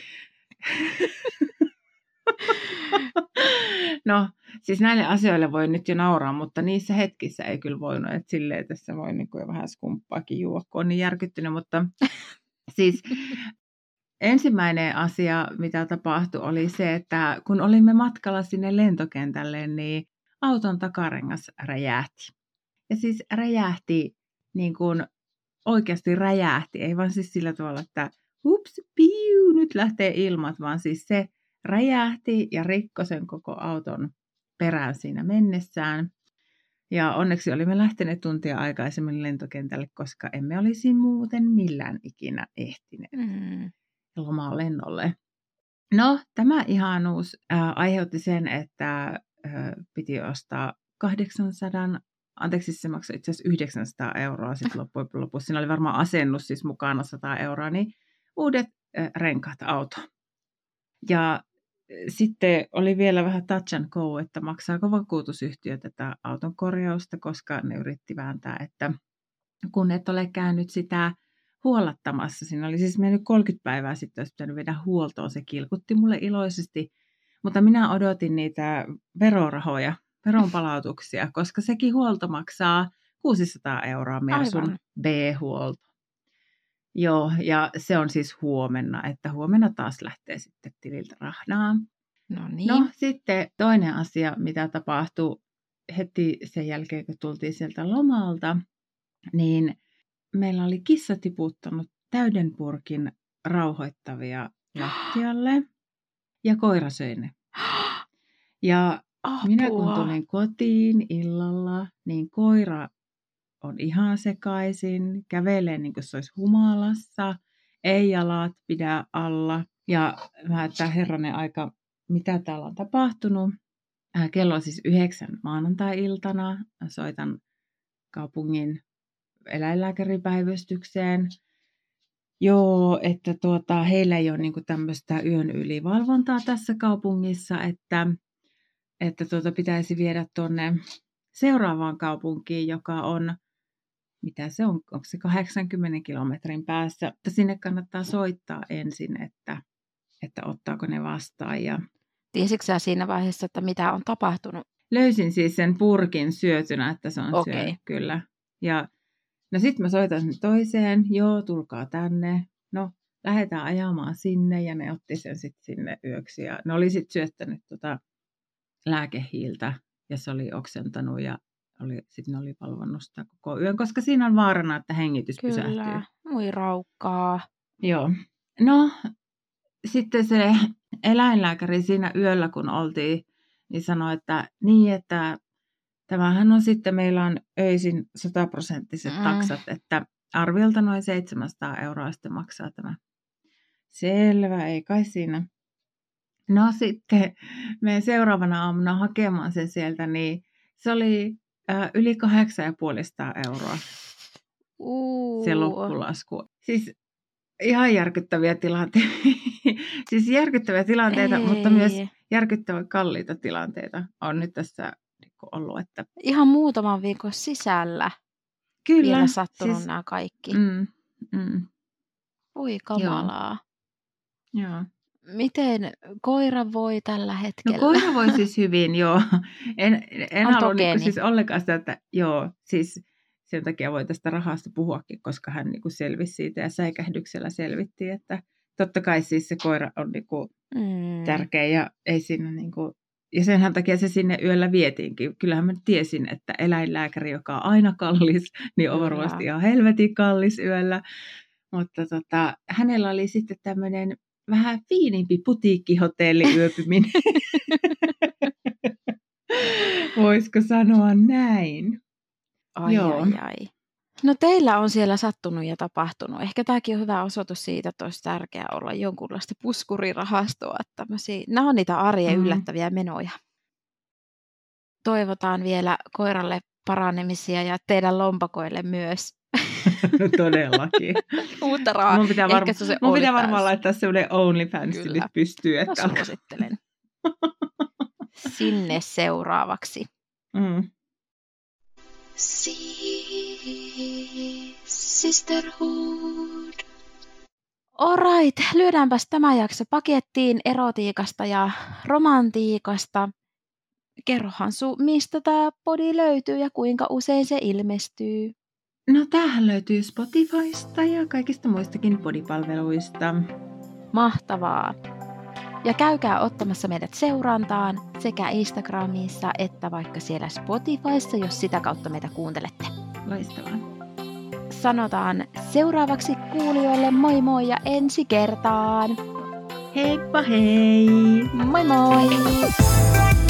Speaker 1: No, siis näille asioille voi nyt jo nauraa, mutta niissä hetkissä ei kyllä voinut. Että silleen tässä voi niin kuin vähän skumppaakin juoda, kun on niin järkyttynyt. Mutta siis ensimmäinen asia, mitä tapahtui, oli se, että kun olimme matkalla sinne lentokentälle, niin auton takarengas räjähti. Ja siis räjähti, niin kuin oikeasti räjähti, ei vaan siis sillä tavalla, että hups, piu, nyt lähtee ilmat, vaan siis se räjähti ja rikkoi sen koko auton perään siinä mennessään. Ja onneksi olimme lähteneet tuntia aikaisemmin lentokentälle, koska emme olisi muuten millään ikinä ehtineet
Speaker 3: Mm.
Speaker 1: lomaa lennolle. No, tämä ihanuus ää, aiheutti sen, että ää, piti ostaa kahdeksansataa, anteeksi se maksoi itse asiassa yhdeksänsataa euroa sitten loppujen lopuksi. Siinä oli varmaan asennus siis mukana sata euroa, niin uudet ää, renkaat autoon. Ja ää, sitten oli vielä vähän touch and go, että maksaako vakuutusyhtiö tätä auton korjausta, koska ne yritti vääntää, että kun et ole käynyt sitä huollattamassa. Siinä oli siis mennyt kolmekymmentä päivää sitten, olisi pitänyt viedä huoltoon. Se kilkutti mulle iloisesti, mutta minä odotin niitä verorahoja, veronpalautuksia, koska sekin huolto maksaa kuusisataa euroa Mersun
Speaker 3: Aivan.
Speaker 1: B-huolto. Joo, ja se on siis huomenna, että huomenna taas lähtee sitten tililtä rahnaa.
Speaker 3: No niin.
Speaker 1: No sitten toinen asia, mitä tapahtui heti sen jälkeen, kun tultiin sieltä lomalta, niin meillä oli kissa tiputtanut täyden purkin rauhoittavia lattialle ja koira söi ne. Ja
Speaker 3: Apua.
Speaker 1: minä kun tulin kotiin illalla, niin koira on ihan sekaisin, kävelee niin kuin se olisi humalassa, ei jalat pidä alla. Ja mä, että herranen aika, mitä täällä on tapahtunut. Äh, kello on siis yhdeksän maanantai-iltana. Soitan kaupungin eläinlääkäripäivystykseen. Joo, että tuota, heillä ei ole niinku tämmöistä yön ylivalvontaa tässä kaupungissa, että, että tuota, pitäisi viedä tuonne seuraavaan kaupunkiin, joka on, mitä se on, onko se kahdeksankymmentä kilometrin päässä. Että sinne kannattaa soittaa ensin, että, että ottaako ne vastaan. Ja
Speaker 3: Tiesitkö sä siinä vaiheessa, että mitä on tapahtunut?
Speaker 1: löysin siis sen purkin syötynä, että se on
Speaker 3: Okei.
Speaker 1: syönyt kyllä. Ja no sitten mä soitan sen toiseen, joo, tulkaa tänne. No, lähdetään ajamaan sinne ja ne otti sen sitten sinne yöksi. Ja ne oli sitten syöttänyt tota lääkehiiltä ja se oli oksentanut ja oli, sitten ne oli valvonnut sitä koko yön, koska siinä on vaarana, että hengitys pysähtyy.
Speaker 3: Kyllä, moi raukkaa.
Speaker 1: Joo. No, sitten se eläinlääkäri siinä yöllä, kun oltiin, niin sanoi, että niin, että tämähän on sitten, meillä on öisin sataprosenttiset
Speaker 3: Mm.
Speaker 1: taksat, että arviolta noin seitsemänsataa euroa sitten maksaa tämä. Selvä, ei kai siinä. No sitten me seuraavana aamuna hakemaan sen sieltä, niin se oli äh, yli kahdeksansataa euroa
Speaker 3: Uu.
Speaker 1: se loppulasku. Siis ihan järkyttäviä tilanteita. siis järkyttäviä tilanteita,
Speaker 3: Ei.
Speaker 1: mutta myös järkyttävän kalliita tilanteita on nyt tässä ollut. Että
Speaker 3: Ihan muutaman viikon sisällä
Speaker 1: kyllä,
Speaker 3: vielä sattunut
Speaker 1: siis,
Speaker 3: nämä kaikki.
Speaker 1: mm, mm,
Speaker 3: Ui kamalaa.
Speaker 1: joo.
Speaker 3: Miten koira voi tällä
Speaker 1: No
Speaker 3: hetkellä?
Speaker 1: koira voi siis hyvin, joo. En, en
Speaker 3: On
Speaker 1: halua
Speaker 3: togeeni.
Speaker 1: niinku siis ollenkaan sitä, että joo, siis sen takia voi tästä rahasta puhuakin, koska hän niinku selvisi siitä ja säikähdyksellä selvittiin, että totta kai siis se koira on niinku
Speaker 3: Mm.
Speaker 1: tärkeä ja ei siinä niinku, ja senhän takia se sinne yöllä vietiinkin. Kyllähän mä tiesin, että eläinlääkäri, joka on aina kallis, niin on
Speaker 3: Kyllä.
Speaker 1: varmasti ihan helvetin kallis yöllä. Mutta tota, hänellä oli sitten tämmöinen vähän fiinimpi putiikkihotelli yöpyminen. Voisiko sanoa näin?
Speaker 3: Ai,
Speaker 1: Joo.
Speaker 3: ai, ai. No teillä on siellä sattunut ja tapahtunut. Ehkä tämäkin on hyvä osoitus siitä, että olisi tärkeää olla jonkunlaista puskurirahastoa. Tämmöisiä. Nämä on niitä arjen
Speaker 1: Mm.
Speaker 3: yllättäviä menoja. Toivotaan vielä koiralle paranemisia ja teidän lompakoille myös.
Speaker 1: Todellakin.
Speaker 3: Uutta rahaa.
Speaker 1: Mun pitää, varma-
Speaker 3: Ehkä se on se
Speaker 1: mun pitää
Speaker 3: OnlyFans.
Speaker 1: varmaan laittaa sellainen OnlyFans
Speaker 3: Kyllä.
Speaker 1: nyt pystyy.
Speaker 3: Mä
Speaker 1: Että
Speaker 3: suosittelen. Sinne seuraavaksi.
Speaker 1: mm.
Speaker 2: Sisterhood.
Speaker 3: Alright, lyödäänpäs tämä jakso pakettiin erotiikasta ja romantiikasta. Kerrohan su, mistä tämä podi löytyy ja kuinka usein se ilmestyy.
Speaker 1: No tämähän löytyy Spotifysta ja kaikista muistakin podipalveluista.
Speaker 3: Mahtavaa. Ja käykää ottamassa meidät seurantaan sekä Instagramissa että vaikka siellä Spotifyssa, jos sitä kautta meitä kuuntelette.
Speaker 1: Loistavaa.
Speaker 3: Sanotaan seuraavaksi kuulijoille moi moi ja ensi kertaan.
Speaker 1: Heippa hei!
Speaker 3: Moi moi!